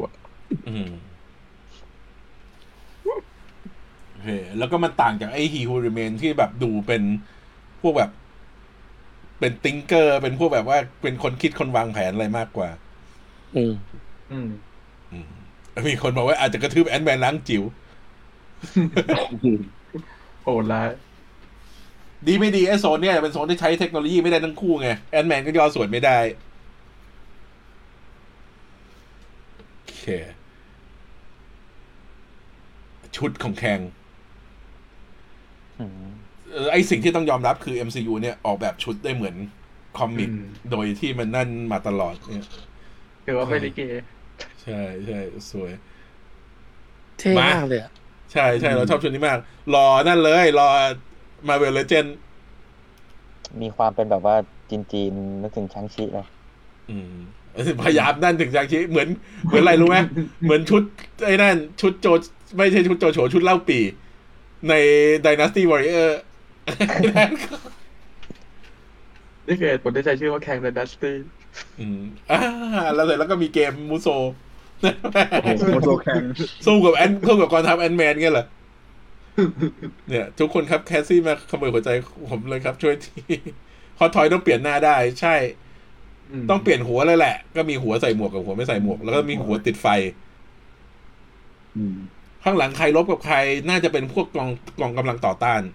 แล้วก็มันต่างจากไอ้ฮีฮูริเมนที่แบบดูเป็นพวกแบบเป็นติงเกอร์เป็นพวกแบบว่าเป็นคนคิดคนวางแผนอะไรมากกว่ามีคนบอกว่าอาจจะกระทืบแอนด์แมนล้างจิ๋วโหดร้ายดีไม่ดีไอ้โซนเนี่ยเป็นโซนที่ใช้เทคโนโลยีไม่ได้ทั้งคู่ไงแอนด์แมนก็ย่อส่วนไม่ได้โอเคชุดของแข่งไอสิ่งที่ต้องยอมรับคือ MCU เนี่ยออกแบบชุดได้เหมือนคอมิกโดยที่มันนั่นมาตลอดเนี่ยคือว่าไม่ได้เกใช่สวยเท่มากเลยใช่เราชอบชุดนี้มากรอนั่นเลยรอ Marvel Legend มีความเป็นแบบว่าจีนนึกถึงชังชิเลยพยายามนั่นถึงชังชิเหมือนอะไรรู้ไหมเหมือนชุดไอ้นั่นชุดโจไม่ใช่ชุดโจโฉชุดเล่าปีใน Dynasty Warrior นี่คือผลที่ใช้ชื่อว่าแข่ง Dynasty แล้วเสร็จแล้วก็มีเกมมูโซมูโซแข่งสู้กับกองทัพแอนด์แมนเงี้ยเหรอเนี่ยทุกคนครับแคสซี่มาขโมยหัวใจผมเลยครับช่วยทีฮอตทอยต้องเปลี่ยนหน้าได้ใช่ต้องเปลี่ยนหัวเลยแหละก็มีหัวใส่หมวกกับหัวไม่ใส่หมวกแล้วก็มีหัวติดไฟข้างหลังใครลบกับใครน่าจะเป็นพวกกองกำลังต่อต้าน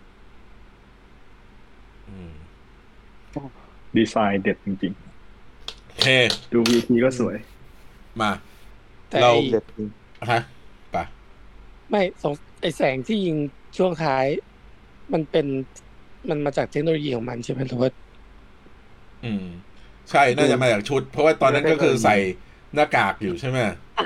ดีไซน์เด็ดจริงๆโอเคดูวีทีก็สวยมาเราฮะป่ะไม่ไอแสงที่ยิงช่วงท้ายมันมาจากเทคโนโลยีของมันใช่ไหมหรือว่าใช่น่าจะมาจากชุดเพราะว่าตอนนั้นก็คือใส่หน้ากากอยู่ใช่ไหม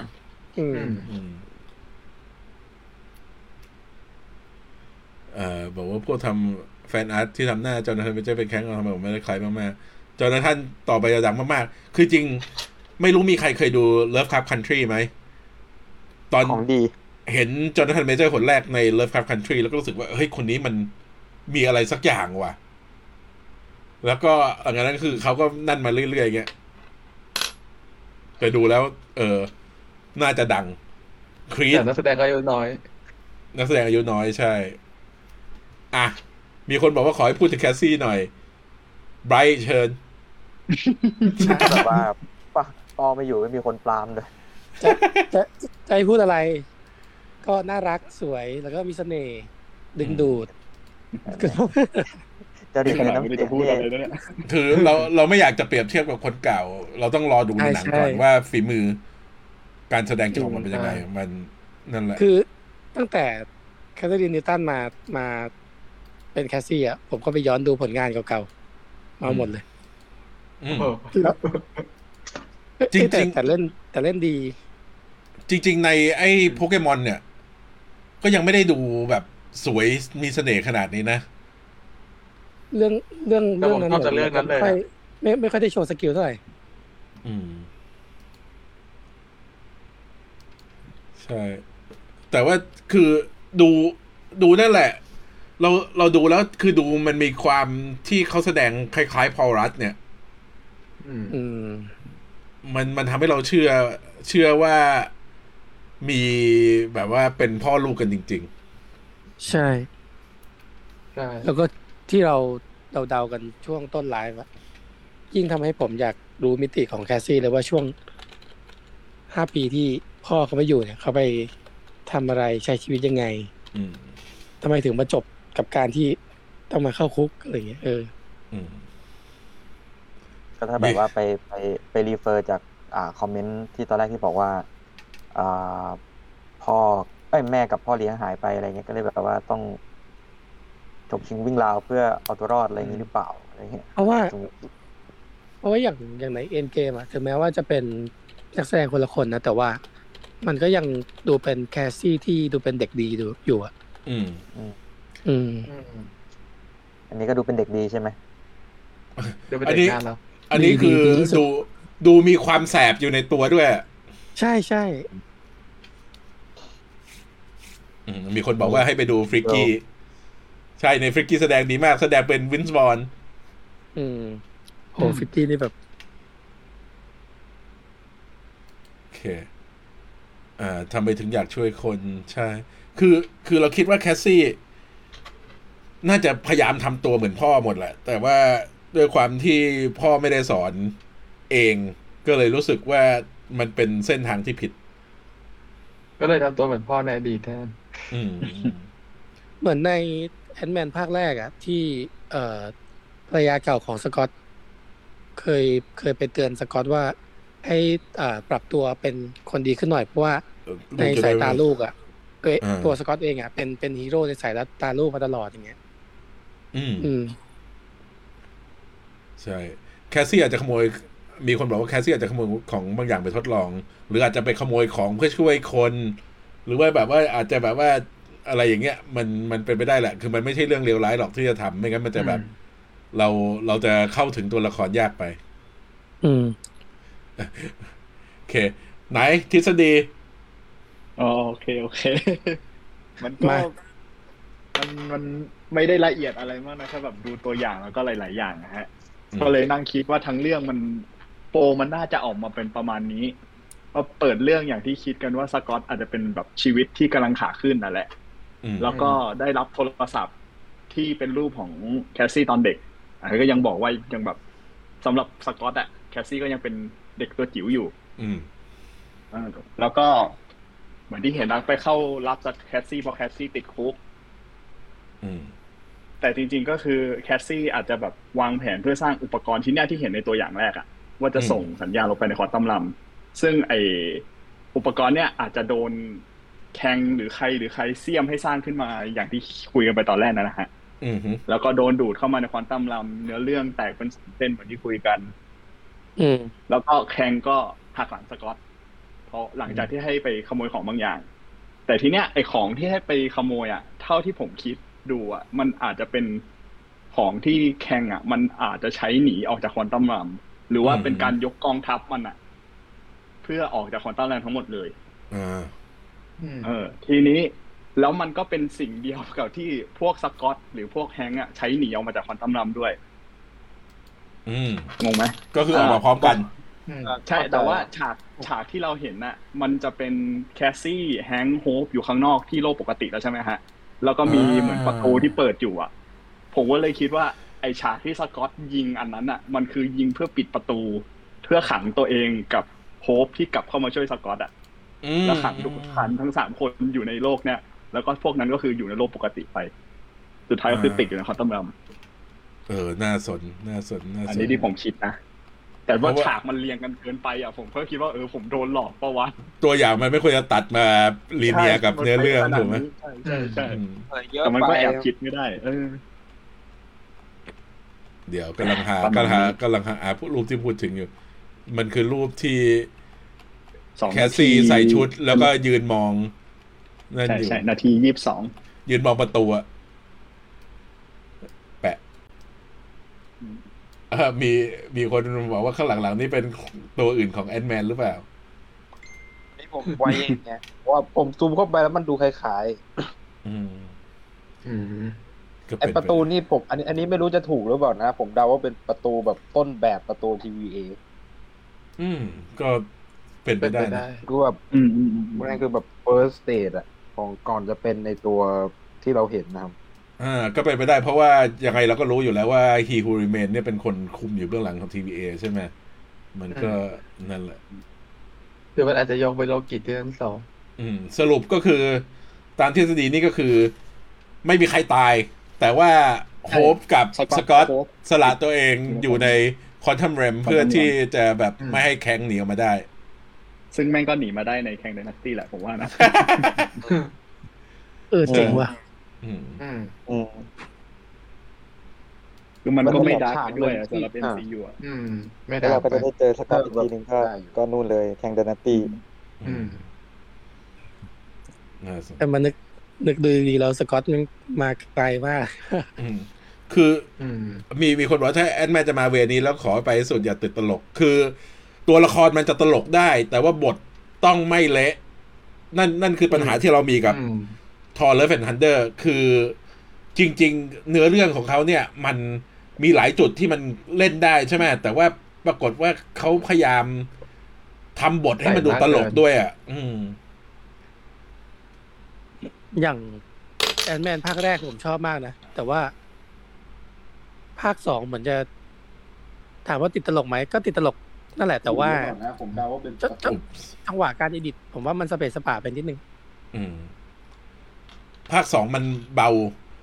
บอกว่าพวกทำแฟนอาร์ตที่ทำหน้าจอนาธานเมเจอร์เป็นแข้งทำไมผมไม่ได้คล้ายมากๆจอนาธานต่อไปจะดังมากๆคือจริงไม่รู้มีใครเคยดู Lovecraft Country ไหมตอนของดีเห็นจอนาธานเมเจอร์คนแรกใน Lovecraft Country แล้วก็รู้สึกว่าเฮ้ยคนนี้มันมีอะไรสักอย่างว่ะแล้วก็หลังจากนั้นคือเขาก็นั่นมาเรื่อยๆอย่างเงี้ยไปดูแล้วน่าจะดังครีสนักแสดงอายุน้อยใช่มีคนบอกว่าขอให้พูดถึงแคสซี่หน่อยไบรท์เชิญแบบว่าป้อไม่อยู่ไม่มีคนปรามเลยจะพูดอะไรก็น่ารักสวยแล้วก็มีเสน่ห์ดึงดูดจะดีขนาดไม่จะพูดอะไรแล้วเนี่ยคือเราไม่อยากจะเปรียบเทียบกับคนเก่าเราต้องรอดูในหนังก่อนว่าฝีมือการแสดงของมันเป็นยังไงมันนั่นแหละคือตั้งแต่แคทเธอรีนนิวตันมาเป็นแคสซี่อ่ะผมก็ไปย้อนดูผลงานเก่าๆมาหมดเลย แล้วจริงแต่เล่นดีจริงๆในไอ้โปเกมอนเนี่ยก็ยังไม่ได้ดูแบบสวยมีเสน่ห์ขนาดนี้นะเรื่องนั้นจะเรื่องนั้นเลยไม่ค่อยได้โชว์สกิลเท่าไหร่ใช่แต่ว่าคือดูนั่นแหละเราดูแล้วคือดูมันมีความที่เขาแสดงคล้ายๆพอลรัสเนี่ยมันทำให้เราเชื่อว่ามีแบบว่าเป็นพ่อลูกกันจริงๆใช่แล้วก็ที่เราเดากันช่วงต้นไลฟ์ยิ่งทำให้ผมอยากรู้มิติของแคสซี่เลยว่าช่วง5 ปีที่พ่อเขาไม่อยู่เนี่ยเขาไปทำอะไรใช้ชีวิตยังไงทำไมถึงมาจบกับการที่ต้องมาเข้าคุกอะไรอย่างเงี้ยก็ถ้าแบบว่าไปรีเฟอร์จากคอมเมนต์ที่ตอนแรกที่บอกว่าพ่อแม่กับพ่อเลี้ยงหายไปอะไรเงี้ยก็เลยแบบว่าต้องจบชิงวิ่งราวเพื่อเอาตัวรอดอะไรอย่างนี้หรือเปล่าอะไรเงี้ยเพราะว่าอย่างในเอ็นเกมถึงแม้ว่าจะเป็นนักแสดงคนละคนนะแต่ว่ามันก็ยังดูเป็นแคสซี่ที่ดูเป็นเด็กดีดูอยู่อันนี้ก็ดูเป็นเด็กดีใช่ไหมอันนี้คือดูมีความแสบอยู่ในตัวด้วยใช่มีคนบอกว่าให้ไปดูฟริกกี้ใช่ในฟริกกี้แสดงดีมากแสดงเป็นวินส์บอร์นโหฟริกกี้นี่แบบโอเคทำไมถึงอยากช่วยคนใช่คือเราคิดว่าแคสซี่น่าจะพยายามทำตัวเหมือนพ่อหมดแหละแต่ว่าด้วยความที่พ่อไม่ได้สอนเองก็เลยรู้สึกว่ามันเป็นเส้นทางที่ผิดก็เลยทำตัวเหมือนพ่อในอดีตแทนเหมือนในแอนด์แมนภาคแรกที่ภรรยาเก่าของสกอตเคยไปเตือนสกอตว่าให้ปรับตัวเป็นคนดีขึ้นหน่อยเพราะว่าในสายตาลูกตัวสกอตเองเป็นฮีโร่ในสายตาลูกมาตลอดอย่างเงี้ยใช่แคสซี่อาจจะขโมยมีคนบอกว่าแคสซี่อาจจะขโมยของบางอย่างไปทดลองหรืออาจจะไปขโมยของเพื่อช่วยคนหรือว่าแบบว่าอาจจะแบบว่าอะไรอย่างเงี้ยมันเป็นไปได้แหละคือมันไม่ใช่เรื่องเลวร้ายหรอกที่จะทำไม่งั้นมันจะแบบเราจะเข้าถึงตัวละครยากไปโอเคไหนทฤษฎีโอเคมันก็มันไม่ได้ละเอียดอะไรมากนะครับแบบดูตัวอย่างแล้วก็หลายๆอย่างนะฮะก็เลยนั่งคิดว่าทั้งเรื่องมันน่าจะออกมาเป็นประมาณนี้ว่าเปิดเรื่องอย่างที่คิดกันว่าสกอตอาจจะเป็นแบบชีวิตที่กำลังขาขึ้นนั่นแหละแล้วก็ได้รับโทรศัพท์ที่เป็นรูปของแคสซี่ตอนเด็กก็ยังบอกว่ายังแบบสำหรับสกอตแคสซี่ก็ยังเป็นเด็กตัวจิ๋วอยู่แล้วก็เหมือนที่เห็นไปเข้ารับแคสซี่เพราะแคสซี่ติดคุกแต่จริงๆก็คือแคสซี่อาจจะแบบวางแผนเพื่อสร้างอุปกรณ์ชิ้นนี้ที่เห็นในตัวอย่างแรกว่าจะส่งสัญญาณลงไปในควอนตัมลัมซึ่งไออุปกรณ์เนี้ยอาจจะโดนแคงหรือใครเสี้ยมให้สร้างขึ้นมาอย่างที่คุยกันไปตอนแรกนะฮะแล้วก็โดนดูดเข้ามาในควอนตัมลัมเนื้อเรื่องแตกเป็นเส้นเหมือนที่คุยกันแล้วก็แคงก็หักหลังสกอตเพราะหลังจากที่ให้ไปขโมยของบางอย่างแต่ทีเนี้ยไอของที่ให้ไปขโมยเท่าที่ผมคิดดูมันอาจจะเป็นของที่แคงมันอาจจะใช้หนีออกจากควอนตัมลัมหรือว่าเป็นการยกกองทัพมันเพื่อออกจากควอนตัมลัมทั้งหมดเลยทีนี้แล้วมันก็เป็นสิ่งเดียวกับที่พวกสกอตหรือพวกแฮงใช้หนีออกมาจากควอนตัมลัมด้วยงงไหมก็คือออกมาพร้อมกันใช่แต่ว่าฉากที่เราเห็นมันจะเป็นแคสซี่แฮงโฮปอยู่ข้างนอกที่โลกปกติแล้วใช่ไหมฮะแล้วก็มีเหมือนประตูที่เปิดอยู่ผมก็เลยคิดว่าไอฉากที่สกอตยิงอันนั้นมันคือยิงเพื่อปิดประตูเพื่อขังตัวเองกับโฮปที่กลับเข้ามาช่วยสกอตแล้วขังทุกคนทั้ง3คนอยู่ในโลกเนี่ยแล้วก็พวกนั้นก็คืออยู่ในโลกปกติไปสุดท้ายก็คือติดอยู่ในควอนตัมลัมน่าสนอันนี้ที่ผมคิดนะแต่ว่าฉากมันเรียงกันเกินไปผมก็คิดว่าผมโดนหลอกปะวะตัวอย่างมันไม่ควรจะตัดมาลีเนียกับเนื้อเรื่องถูกไหมใช่แต่มันก็แอบคิดไม่ได้เดี๋ยวกำลังหารูปที่พูดถึงอยู่ มันคือรูปที่แคสซี่ใส่ชุดแล้วก็ยืนมองนั่นอยู่ใช่นาที 22 ยืนมองประตูอะแปะมีคนบอกว่าข้างหลังๆนี่เป็นตัวอื่นของแอนด์แมนหรือเปล่านี่ผมไว้เองไงเพราะว่าผมซูมเข้าไปแล้วมันดูคล้ายไอประตูนี่ผมอันนี้ไม่รู้จะถูกหรือเปล่านะผมเดาว่าเป็นประตูแบบต้นแบบประตู TVA ก็เป็นไปได้นะคือแบบนั่นคือแบบ first stage อะของก่อนจะเป็นในตัวที่เราเห็นนะครับก็เป็นไปได้เพราะว่ายังไงเราก็รู้อยู่แล้วว่า He Who Remains เนี่ยเป็นคนคุมอยู่เบื้องหลังของ TVA ใช่ไหมมันก็นั่นแหละเดี๋ยวมันอาจจะยกไปโลกิจที่ทั้งสองสรุปก็คือตามทฤษฎีนี่ก็คือไม่มีใครตายแต่ว่าโฮปกับสกอตสละตัวเองอยู่ในควอนตัมเรมเพื่อที่จะแบบไม่ให้แคงหนีออกมาได้ซึ่งแม่งก็หนีมาได้ในแคงไดนาสตี้แหละผมว่านะจริงว่ะคือมันก็ไม่ดาร์กด้วยสำหรับ MCU อ่ะไม่ได้เราก็จะได้เจอสกอตอีกทีนึงก็นู่นเลยแคงไดนาสตี้แต่มันนึกดูดีแล้วสกอตมันมาไกลมากคือมีคนบอกถ้าแอนด์แมนจะมาเวนี้แล้วขอไปสุดอย่าติดตลกคือตัวละครมันจะตลกได้แต่ว่าบทต้องไม่เละนั่นคือปัญหาที่เรามีกับทอร์ Love and Thunder คือจริงๆเนื้อเรื่องของเขาเนี่ยมันมีหลายจุดที่มันเล่นได้ใช่ไหมแต่ว่าปรากฏว่าเขาพยายามทำบทให้มันดูตลกด้วยอ่ะอย่างแอนด์แมนภาคแรกผมชอบมากนะแต่ว่าภาค2เหมือนจะถามว่าติดตลกไหมก็ติดตลกนั่นแหละแต่ว่าผมเดาว่าเป็นจังหวะการอีดิทผมว่ามันสเปซสปาเป็นนิดนึงภาค2มันเบา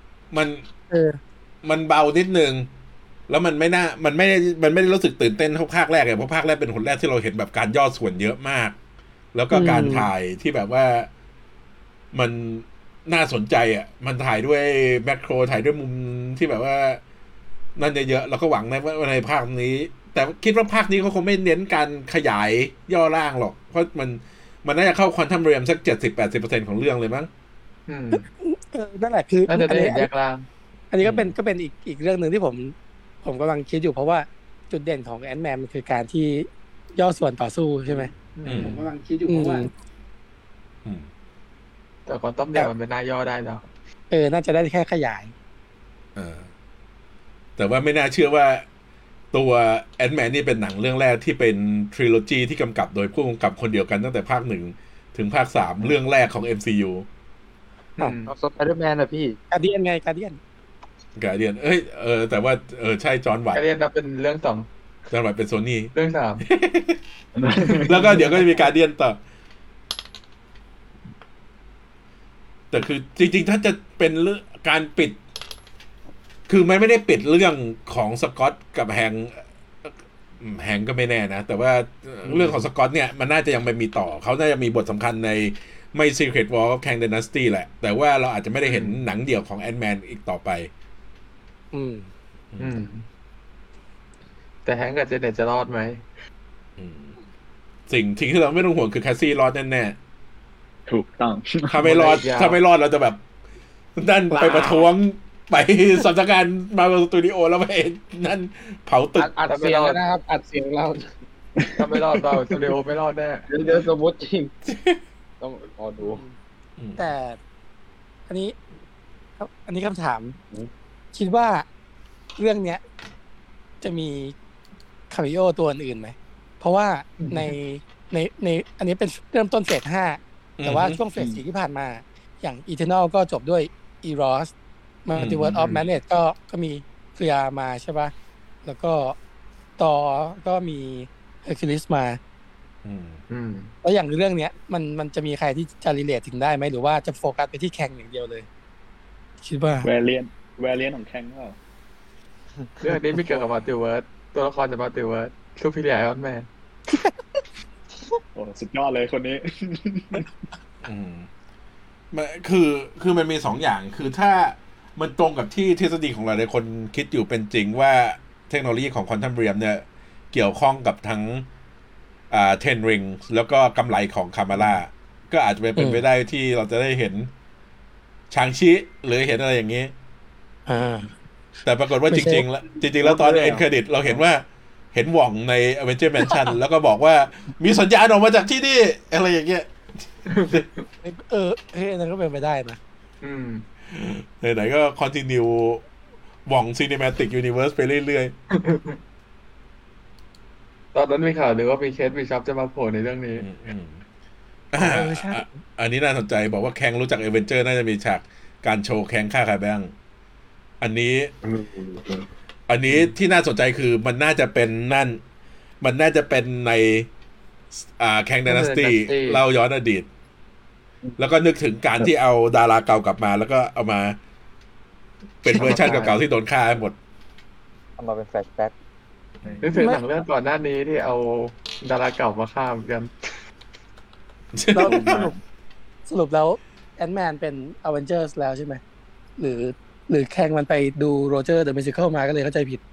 มันเบานิดนึงแล้วมันไม่ได้รู้สึกตื่นเต้นเท่าภาคแรกเลยเพราะภาคแรกเป็นหนแรกที่เราเห็นแบบการย่อส่วนเยอะมากแล้วก็การถ่ายที่แบบว่ามันน่าสนใจอ่ะมันถ่ายด้วยแมคโครถ่ายด้วยมุมที่แบบว่านั่นเยอะๆเราก็หวังในภาคนี้แต่คิดว่าภาคนี้เขาคงไม่เน้นการขยายย่อร่างหรอกเพราะมันน่าจะเข้าควอนตัมเรียมสัก 70-80% ของเรื่องเลยมั้งนั่นแหละคือน่าจะได้แยกร่างอันนี้ก็เป็นอีกเรื่องนึงที่ผมกำลังคิดอยู่เพราะว่าจุดเด่นของแอนด์แมนมันคือการที่ย่อส่วนต่อสู้ใช่ไหมผมกำลังคิดอยู่เพราะว่าแต่ควอนตัมเรียมมันเป็นหน้าย่อได้แล้วน่าจะได้แค่ขยายแต่ว่าไม่น่าเชื่อว่าตัวแอนด์แมนนี่เป็นหนังเรื่องแรกที่เป็นทริโลจีที่กำกับโดยผู้กำกับคนเดียวกันตั้งแต่ภาค1ถึงภาค3เรื่องแรกของ MCU สไปเดอร์แมนนะพี่การ์เดียนไงการ์เดียนแต่ว่าใช่จอห์นวัตการ์เดียนนับเป็นเรื่อง2 จอห์นวัตเป็นโซนี่เรื่อง 3แล้วก็เดี๋ยวก็จะมีการ์เดียนต่อแต่คือจริงๆถ้าจะเป็นเรื่องการปิดคือมันไม่ได้ปิดเรื่องของสกอตกับแฮงก็ไม่แน่นะแต่ว่าเรื่องของสกอตเนี่ยมันน่าจะยังไม่มีต่อเขาน่าจะมีบทสำคัญในไม่ Secret War of Kang Dynasty แหละแต่ว่าเราอาจจะไม่ได้เห็นหนังเดี่ยวของแอนด์แมนอีกต่อไปแต่แฮงกับเจเน็ตจะรอดไหมสิ่งที่เราไม่ต้องห่วงคือแคสซี่รอดแน่ๆถูกต้องถ้าไม่รอดเราจะแบบนั่นไปประท้วงไปสำนักงานมาสตูดิโอแล้วไปนั่นเผาตึกอัดเสียงนะครับอัดเสียงเราถ้าไม่รอดเราสตูดิโอไม่รอดแน่เดี๋ยวสมมติจริงต้องรอดูแต่อันนี้คำถามคิดว่าเรื่องเนี้ยจะมีคาเมโอตัวอื่นไหมเพราะว่าในอันนี้เป็นเริ่มต้นเฟส5แต่ว่าช่วงเฟส4ที่ผ่านมาอย่าง Eternal ก็จบด้วย Eros Multiverse of Madness ก็มีเคลียร์มาใช่ป่ะแล้วก็ต่อก็มี Hercules มาแล้วอย่างเรื่องเนี้ยมันจะมีใครที่จะรีเลทถึงได้ไหมหรือว่าจะโฟกัสไปที่แคงอย่างเดียวเลยคิดว่าแวเลียนของแคงเปล่าเรื่องนี้ไม่เกี่ยวกับมัลติเวิร์สตัวละครจะมัลติเวิร์สซูเปอร์ฮีโร่ไอรอนแมนโอ้สุดยอดเลยคนนี้คือมันมี2อย่างคือถ้ามันตรงกับที่ทฤษฎีของหลายคนคิดอยู่เป็นจริงว่าเทคโนโลยีของ Quantum Realm เนี่ยเกี่ยวข้องกับทั้งTen Ring แล้วก็กำไรของคามาร่าก็อาจจะเป็นไปได้ที่เราจะได้เห็นชางชิหรือเห็นอะไรอย่างนี้แต่ปรากฏว่าจริงๆแล้วตอนเอ็นเครดิตเราเห็นว่าเห็นหว่องใน Avenger Mansion แล้วก็บอกว่ามีสัญญาณออกมาจากที่นี่อะไรอย่างเงี้ยนั่นก็เป็นไปได้นะไหนๆก็ continue หว่อง Cinematic Universe ไปเรื่อยๆตอนนั้นมีข่าวหรือว่ามีเคสบิชอปจะมาโผล่ในเรื่องนี้อันนี้น่าสนใจบอกว่าแคงรู้จัก Avenger น่าจะมีฉากการโชว์แคงฆ่าใครบ้างอันนี้ที่น่าสนใจคือมันน่าจะเป็นในแคง Dynasty เล่าย้อนอดีตแล้วก็นึกถึงการที่เอาดาราเก่ากลับมาแล้วก็เอามาเป็นเวอร์ชันเก่าๆที่โดนฆ่าหมดเอามาเป็นแฟลชแบ็กนึกถึงหนังเรื่องก่อนหน้านี้ที่เอาดาราเก่ามาฆ่าเหมือนกันสรุปแล้วแอนด์แมนเป็นอเวนเจอร์สแล้วใช่ไหมหรือแข่งมันไปดูโรเจอร์เดอะมิวสิคัลมาก็เลยเข้าใจผิด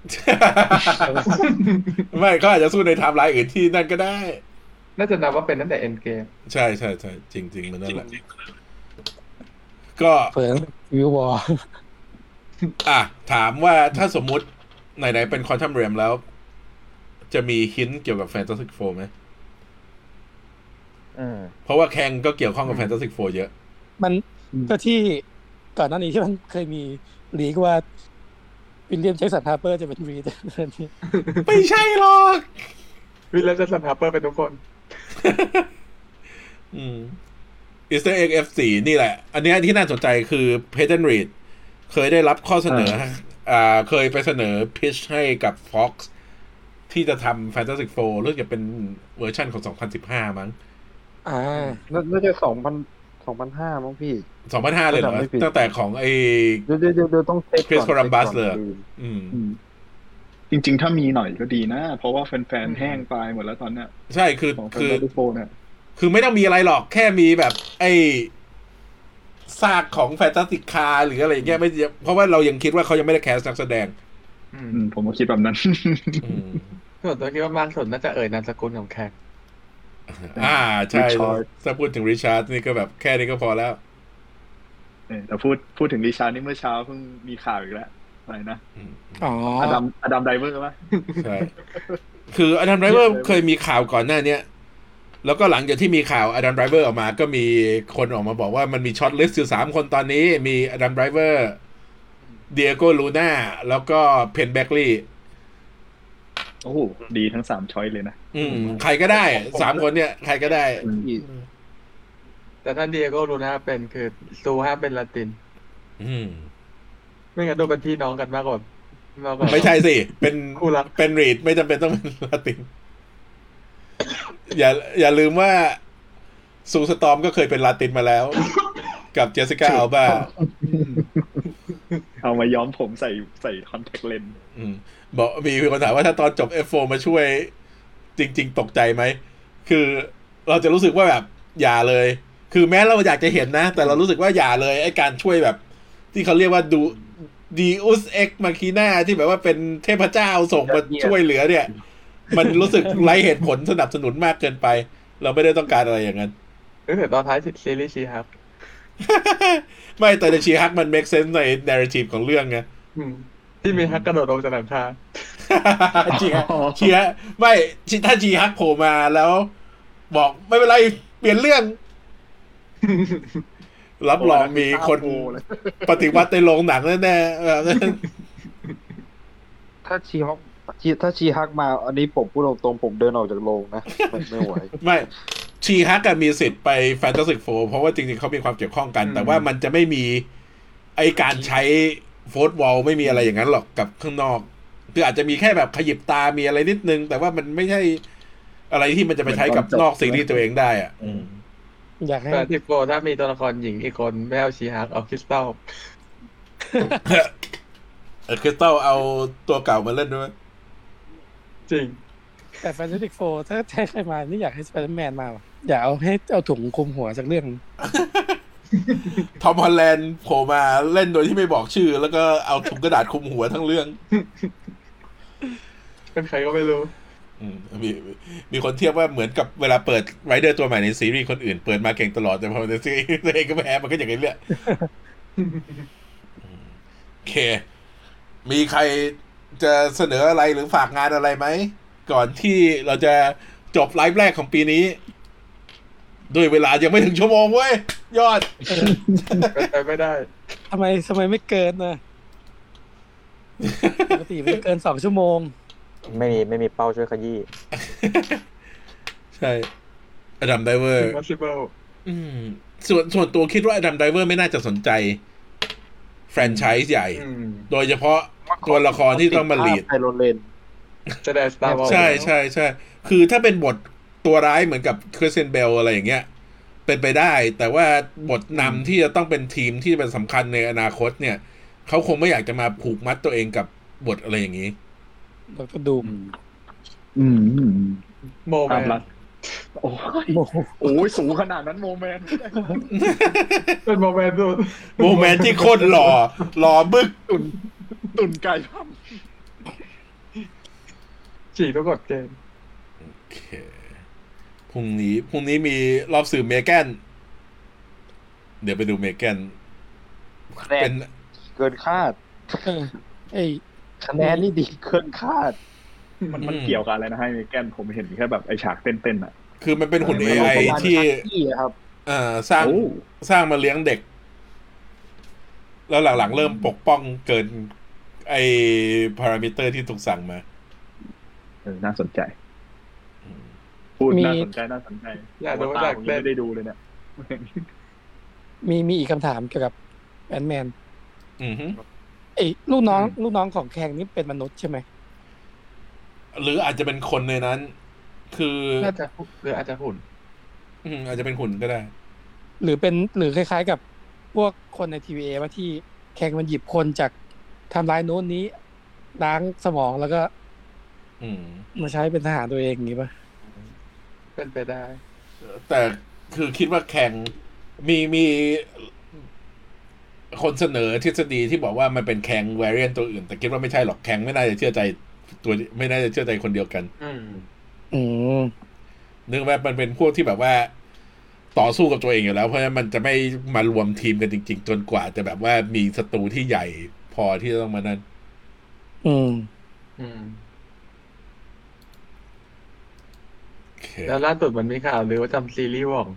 ไม่ก็อาจจะสู้ในไทม์ไลน์อื่นที่นั่นก็ได้น่าจะนับว่าเป็นตั้งแต่เอ็นเกมใช่จริงๆมันนั่นแหละก็เฟิร์นวิววอร์ถามว่าถ้าสมมุติไหนๆเป็น Quantum Realm แล้วจะมีฮินต์เกี่ยวกับ Fantastic Four ไหมเพราะว่าแคงก็เกี่ยวข้องกับ Fantastic Four เยอะมันก็ที่ก่อนหน้านี้ที่มันเคยมีลีกว่าวิลเลียมแจ็คสันฮาร์เปอร์จะเป็นรีดไม่ใช่หรอกวิลเลียมแจ็คสันฮาร์เปอร์เป็นทุกคน Easter Egg F4 นี่แหละอันนี้ที่น่าสนใจคือ Peyton Reed เคยได้รับข้อเสนอเคยไปเสนอ pitch ให้กับ Fox ที่จะทำ Fantastic Four เรื่องจะเป็นเวอร์ชันของ2015มั้งน่าจะ2005มั้งพี่ 2005เลยเหรอตั้งแต่ของไอ้เดี๋ยวต้องเช็ค Chris Columbus เลยจริงๆถ้ามีหน่อยก็ดีนะเพราะว่าแฟนๆแห้งตายหมดแล้วตอนเนี้ยใช่คือไม่ต้องมีอะไรหรอกแค่มีแบบไอ้ซากของแฟนตาติกคาหรืออะไรอย่างเงี้ยไม่เพราะว่าเรายังคิดว่าเขายังไม่ได้แคสนักแสดงผมก็คิดแบบนั้นส่วนตัวคิดว่ามากสุดน่าจะนามสกุลของแขกใช่ถ้าพูดถึงริชาร์ดนี่ก็แบบแค่นี้ก็พอแล้วแต่พูดถึงริชาร์ดนี่เมื่อเช้าเพิ่งมีข่าวอีกแล้วอะไรนะอดัมไดเวอร์ป่ะใช่คืออดัมไดเวอร์เคยมีข่าวก่อนหน้านี้แล้วก็หลังจากที่มีข่าวอดัมไดเวอร์ออกมาก็มีคนออกมาบอกว่ามันมีช็อตลิสต์อยู่3คนตอนนี้มีอดัมไดเวอร์เดียโก้ลูน่าแล้วก็เพนแบ็กลีย์โอ้โหดีทั้ง3ช้อยเลยนะใครก็ได้3คนเนี่ยใครก็ได้แต่ถ้าเดียโก้ลูน่าเป็นคือซูฮาเป็นลาตินไม่งั้นดูเป็นพี่น้องกันมากกว่าไม่ใช่สิเป็นคู่รักเป็นรีดไม่จำเป็นต้องเป็นลาตินอย่าลืมว่าซูสตอร์มก็เคยเป็นลาตินมาแล้วกับเจสสิก้าอัลบาเอามาย้อมผมใส่คอนแทคเลนส์บอกมีคนถามว่าถ้าตอนจบ F4 มาช่วยจริงๆตกใจไหมคือเราจะรู้สึกว่าแบบอย่าเลยคือแม้เราอยากจะเห็นนะแต่เรารู้สึกว่าอย่าเลยไอ้การช่วยแบบที่เขาเรียกว่าดูดีอุสเอ็กมาคีน่าที่แบบว่าเป็นเทพเจ้าส่งมาช่วยเหลือเนี่ยมันรู้สึกไร้เหตุผลสนับสนุนมากเกินไปเราไม่ได้ต้องการอะไรอย่างนั้นแต่ตอนท้ายซีรีส์ชีฮักไม่แต่ในชีฮักมัน make sense ใน narrative ของเรื่องไงที่มีฮักกระโดดลงจากหลังคาชีฮักไม่ถ้าชีฮักโผล่มาแล้วบอกไม่เป็นไรเปลี่ยนเรื่องรับรองมีคนปฏิวัติในโรงหนังแน่ๆถ้าชีฮักมาอันนี้ผมพูดตรงๆผมเดินออกจากโรงนะไม่ไหวไม่ชีฮักก็มีสิทธิ์ไป Fantastic Four เพราะว่าจริงๆเขามีความเกี่ยวข้องกันแต่ว่ามันจะไม่มีไอการใช้โฟร์วอลไม่มีอะไรอย่างนั้นหรอกกับข้างนอกคืออาจจะมีแค่แบบขยิบตามีอะไรนิดนึงแต่ว่ามันไม่ใช่อะไรที่มันจะไปใช้กับนอกซีรีส์ตัวเองได้อ่ะอยากให้ที่โฟถ้ามีตัวละครหญิงอีกคนไม่เอาชีฮักเอาคริสตัลคริสตัลเอาตัวเก่ามาเล่นด้วยจริงแต่ Fantastic Four ถ้าใครมานี่อยากให้ Spider-Man มาอยากเอาถุงคลุมหัวสักเรื่องทอมฮอลแลนด์โผล่มาเล่นโดยที่ไม่บอกชื่อแล้วก็เอาถุงกระดาษคลุมหัวทั้งเรื่องเป็นใครก็ไม่รู้มีมีคนเทียบว่าเหมือนกับเวลาเปิดไรเดอร์ตัวใหม่ในซีรีส์คนอื่นเปิดมาเก่งตลอดแต่พอในซีรีส์ตัวเองก็แพ้มันก็อย่างนี้แหละโอเคมีใครจะเสนออะไรหรือฝากงานอะไรไหมก่อนที่เราจะจบไลฟ์แรกของปีนี้ด้วยเวลายังไม่ถึงชั่วโมงเว้ยยอดไปไม่ได้ทำไมไม่เกินนะปกติไม่เกิน2 ชั่วโมงไม่มีเป้าช่วยขยี้ใช่อดัมไดเวอร์ส่วนตัวคิดว่าอดัมไดเวอร์ไม่น่าจะสนใจแฟรนไชส์ใหญ่โดยเฉพาะตัวละครที่ต้องมาลีดจะได้ Star Wars ใช่คือถ้าเป็นบทตัวร้ายเหมือนกับคริสเตียนเบลอะไรอย่างเงี้ยเป็นไปได้แต่ว่าบทนำที่จะต้องเป็นทีมที่เป็นสำคัญในอนาคตเนี่ยเขาคงไม่อยากจะมาผูกมัดตัวเองกับบทอะไรอย่างนี้เราก็ดูโมแมนโอ้ยสูงขนาดนั้นโมแมนเป็นโมแมนดูโมแมนที่โคตรหล่อบึกตุ่นไก่พัมฉีกต้องกดเกมโอเคพรุ่งนี้มีรอบสื่อเมแกนเดี๋ยวไปดูเมแกนเป็นเกินคาดคะแนนนี่ดีเกินคาดมันเกี่ยวกับอะไรนะให้เมแกนผมเห็นแค่แบบไอฉากเต้นๆอ่ะคือมันเป็นหุ่น AI ที่สร้างมาเลี้ยงเด็กแล้วหลังๆเริ่มปกป้องเกินไอพารามิเตอร์ที่ถูกสั่งมาน่าสนใจพูดน่าสนใจอยากดูจากไม่ได้ดูเลยเนี่ยมีอีกคำถามเกี่ยวกับแอนด์แมนไอ้ลูกน้องของแคงนี่เป็นมนุษย์ใช่ไหมหรืออาจจะเป็นคนในนั้นคือน่าจะหรืออาจจะหุ่นอาจจะเป็นหุ่นก็ได้หรือคล้ายๆกับพวกคนใน TVA ว่าที่แคงมันหยิบคนจากทำลายโน้นนี้ล้างสมองแล้วก็มาใช้เป็นทหารตัวเองอย่างนี้ป่ะเป็นไปได้แต่คือคิดว่าแข่งมีคนเสนอทฤษฎีที่บอกว่ามันเป็นแข่งแวรเรียนตัวอื่นแต่คิดว่าไม่ใช่หรอกแข่งไม่น่าจะเชื่อใจตัวไม่น่าจะเชื่อใจคนเดียวกันนึกว่ามันเป็นพวกที่แบบว่าต่อสู้กับตัวเองอยู่แล้วเพราะฉะนั้นมันจะไม่มารวมทีมกันจริงๆจนกว่าจะแบบว่ามีศัตรูที่ใหญ่พอที่จะต้องมานั่นแล้วล่าสุดมันมีข่าวหรือว่าจำซีรีส์ว่อง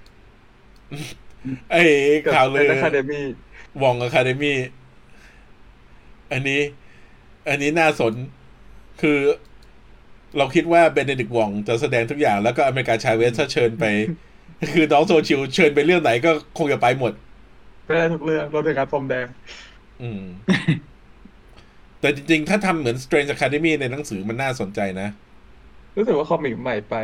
ไอ้ข่าวเลยอะคาเดมี่ว่องอะคาเดมี่อันนี้น่าสนคือเราคิดว่าเบเนดิกต์ว่องจะแสดงทุกอย่างแล้วก็อเมริกาชาเวสถ้าเชิญไปคือน้องโซชิลเชิญไปเรื่องไหนก็คงจะไปหมดไปได้ทุกเรื่องเราถึงการพรมแดงแต่จริงๆถ้าทำเหมือน Strange Academy ในหนังสือมันน่าสนใจนะรู้สึกว่าคอมิกใหม่ไป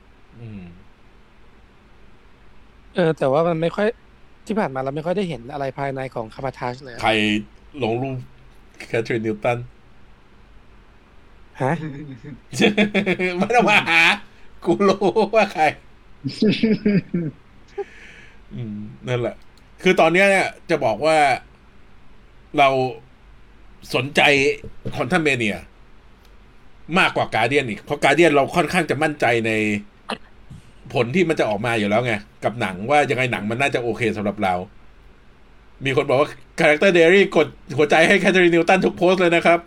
แต่ว่ามันไม่ค่อยที่ผ่านมาเราไม่ค่อยได้เห็นอะไรภายในของคาปาทัชเลยใครลงรูปแคทรีนนิวตันฮะไม่ต้องมาหากูรู้ว่าใครนั่นแหละคือตอนนี้เนี่ยจะบอกว่าเราสนใจคอนทัมเมเนียมากกว่าการ์เดียนอีกเพราะการ์เดียนเราค่อนข้างจะมั่นใจในผลที่มันจะออกมาอยู่แล้วไงกับหนังว่ายังไงหนังมันน่าจะโอเคสำหรับเรามีคนบอกว่าคาแรคเตอร์เดรี่กดหัวใจให้แคทเธอรีนนิวตันทุกโพสเลยนะครับ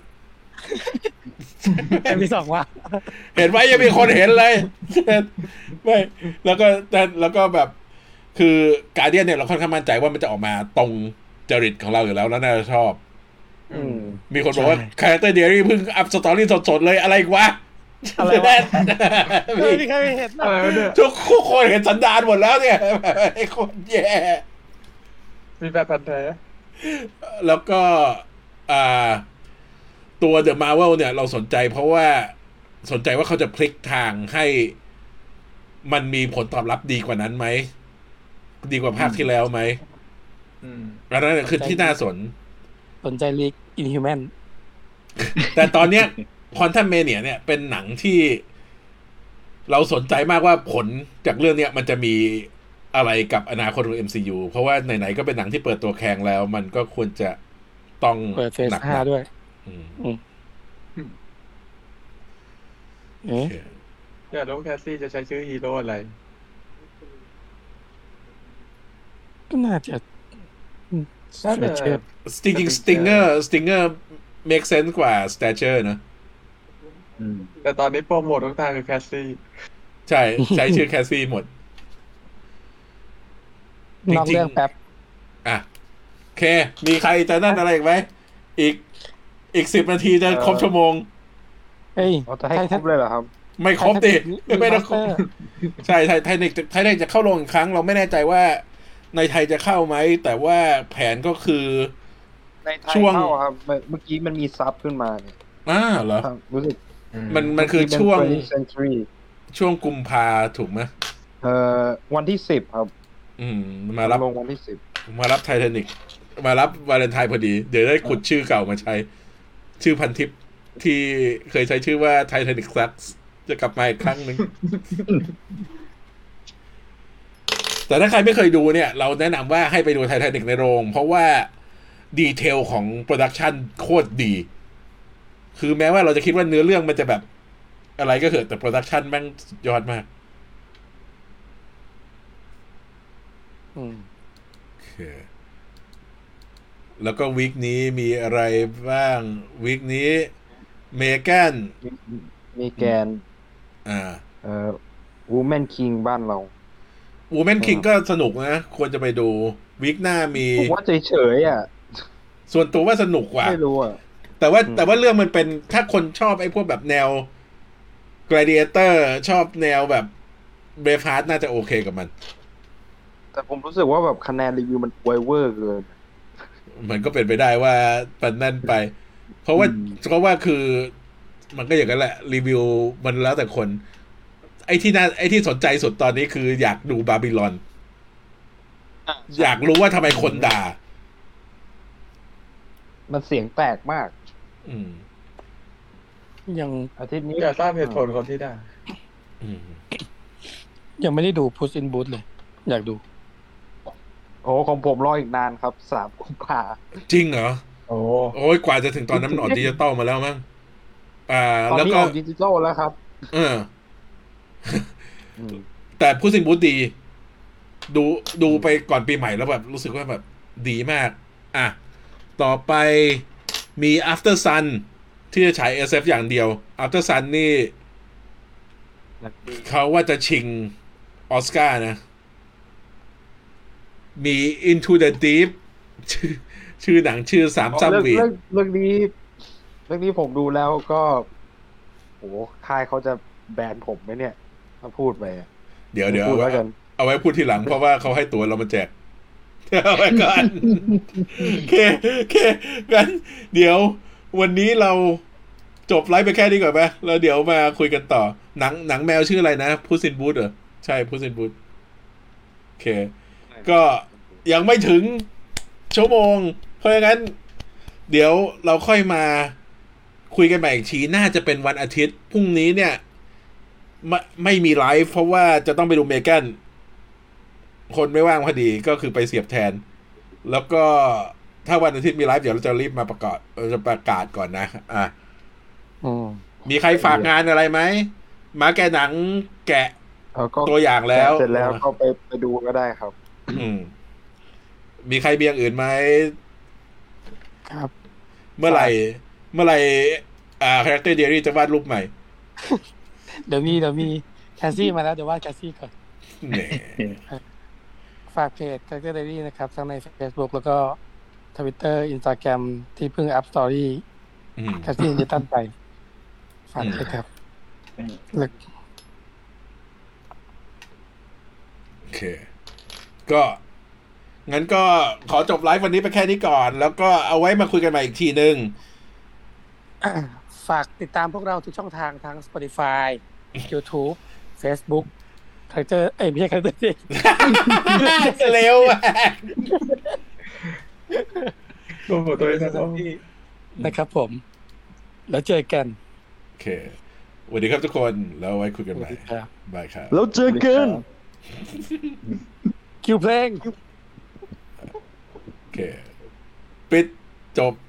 มีสองว่าเห็นไหมยังมีคนเห็นเลยไม่แล้วก็แบบคือการ์เดียนเนี่ยเราค่อนข้างมั่นใจว่ามันจะออกมาตรงจริตของเราอยู่แล้วแล้วน่าจะชอบมีคนบอกว่าคาแรคเตอร์เดรี่เพิ่งอัพสตอรี่สดๆเลยอะไรวะอะไรวะไม่มีใครเห็นทุกคนเห็นสันดานหมดแล้วเนี่ยไอ้คนแย่มีแบบพันแท้แล้วก็ตัว The Marvel เนี่ยเราสนใจเพราะว่าเขาจะพลิกทางให้มันมีผลตอบรับดีกว่านั้นไหมดีกว่าภาคที่แล้วไหมอันนั้นคือที่น่าสนใจลีกอินฮิวแมนแต่ตอนเนี้ยคอนทัมเมเนียเนี่ยเป็นหนังที่เราสนใจมากว่าผลจากเรื่องเนี้ยมันจะมีอะไรกับอนาคตของ MCU เพราะว่าไหนๆก็เป็นหนังที่เปิดตัวแข่งแล้วมันก็ควรจะต้องเปิดเฟส 5ด้วยเอ๊ะอยากรู้แคสซี่จะใช้ชื่อฮีโร่อะไรก็น่าจะน่าจะ Stretcher จริงๆ Stinger make sense กว่า Stature นะแต่ตอนนี้โปรโมททุกทางคือแคสซี่ใช่ใช้ชื่อแคสซี่หมดนอกเรื่องแป๊บอ่ะโอเค มีใครจะนั่นอะไรอีกไหมอีก10 นาทีจะครบชั่วโมงเฮ้ยเราจะให้ครบเลยเหรอครับไม่ครบดิไม่ต้องครบ ใช่ไทยเน็กจะเข้าลงอีกครั้ง เราไม่แน่ใจว่าในไทยจะเข้าไหม แต่ว่าแผนก็คือในไทยช่วงเข้าครับเมื่อกี้มันมีซับขึ้นมาเนี่ยเหรอครับรู้สึกมันคือช่วง 20th century ช่วงกุมภาถูกไหมวันที่10ครับมารับลงวันที่10 มารับไททานิกมารับวาเลนไทน์พอดี เดี๋ยวได้ขุดชื่อเก่ามาใช้ ชื่อพันทิปที่เคยใช้ชื่อว่าไททานิกซักจะกลับมาอีกครั้งหนึ่ง แต่ถ้าใครไม่เคยดูเนี่ย เราแนะนำว่าให้ไปดูไททานิกในโรง เพราะว่าดีเทลของโปรดักชันโคตรดี คือแม้ว่าเราจะคิดว่าเนื้อเรื่องมันจะแบบอะไรก็เถอะแต่โปรดักชันแม่งยอดมาก โอเค แล้วก็วีคนี้มีอะไรบ้าง วีคนี้เมแกนมีแกนอ่า Woman King บ้านเราวูแมนคิงก็สนุกนะ ควรจะไปดู วีคหน้ามีผมว่าเฉยๆอ่ะส่วนตัวว่าสนุกกว่าไม่รู้อ่ะแต่ว่าเรื่องมันเป็นถ้าคนชอบไอ้พวกแบบแนว Gladiator ชอบแนวแบบ Braveheart น่าจะโอเคกับมันแต่ผมรู้สึกว่าแบบคะแนนรีวิวมันอวยเวอร์เกินมันก็เป็นไปได้ว่าปันนั่นไป เพราะว่าคือมันก็อย่างนั้นแหละ รีวิวมันแล้วแต่คน ไอ้ที่สนใจสุดตอนนี้คืออยากดูบาบิลอน อยากรู้ว่าทำไมคนด่ามันเสียงแตกมากยังอาทิตย์นี้อยากทราบเหตุผลคนที่ด่ายังไม่ได้ดู Puss in Boots เลย อยากดูโอ้ของผมรออีกนานครับ3 กุมภาจริงเหรอโอ้โอ้ยกว่าจะถึงตอนนั้นมันออกดิจิตอลมาแล้วมั้งตอนแล้วนี้ก็ออกดิจิทัลแล้วครับแต่ผู้สินบูธดี ดูไปก่อนปีใหม่แล้วแบบรู้สึกว่าแบบดีมาก อ่ะ ต่อไปมี After Sun ที่จะฉาย SF อย่างเดียว After Sun นี่เขาว่าจะชิงออสการ์นะ มี Into the Deep ชื่อหนังชื่อ3 ซัมวีเรื่องนี้ผมดูแล้วก็โหค่ายเขาจะแบนผมไหมเนี่ยถ้าพูดไปอะเดี๋ยวพูดแล้วกันเอาไว้พูดทีหลังเพราะว่าเขาให้ตั๋วเรามาแจก เอาไว้ก่อน โอเคกันเดี๋ยววันนี้เราจบไลฟ์ไปแค่นี้ก่อนไหมแล้วเดี๋ยวมาคุยกันต่อ หนังแมวชื่ออะไรนะพุซซินบูธเหรอใช่พุซซินบูธโอเค ก็ยังไม่ถึงชั่วโมง เพราะงั้น เดี๋ยวเราค่อยมาคุยกันใหม่อีกทีน่าจะเป็นวันอาทิตย์พรุ่งนี้เนี่ยไม่มีไลฟ์เพราะว่าจะต้องไปดูเมแกนคนไม่ว่างพอดีก็คือไปเสียบแทน แล้วก็ถ้าวันอาทิตย์มีไลฟ์เดี๋ยวเราจะรีบมาประกาศก่อนนะมีใครฝากงานอะไรไหมมาแกะหนังแกะตัวอย่างแล้วเสร็จแล้วก็ไปดูก็ได้ครับมีใครมีอย่างอื่นไหมครับเมื่อไหร่Character Diary จะวาดรูปใหม่เดี๋ยวมีแคสซี่มาแล้วเดี๋ยววาดแคสซี่ก่อนฝากเพจ Character Diary นะครับทั้งใน Facebook แล้วก็ Twitter Instagram ที่เพิ่งอัพสตอรี่แคสซี่ดิจิตอลไปฝากด้วยครับโอเคก็งั้นก็ขอจบไลฟ์วันนี้ไปแค่นี้ก่อนแล้วก็เอาไว้มาคุยกันใหม่อีกทีนึงฝากติดตามพวกเราทุกช่องทางทั้ง Spotify YouTube Facebook Character ไม่ใช่ Character เร็วอ่ะโอ้โหตัวนี้นะครับผมแล้วเจอกันโอเคสวัสดีครับทุกคนแล้วไว้คุยกันใหม่บายครับแล้วเจอกันคิวเพลงโอเคปิดจบ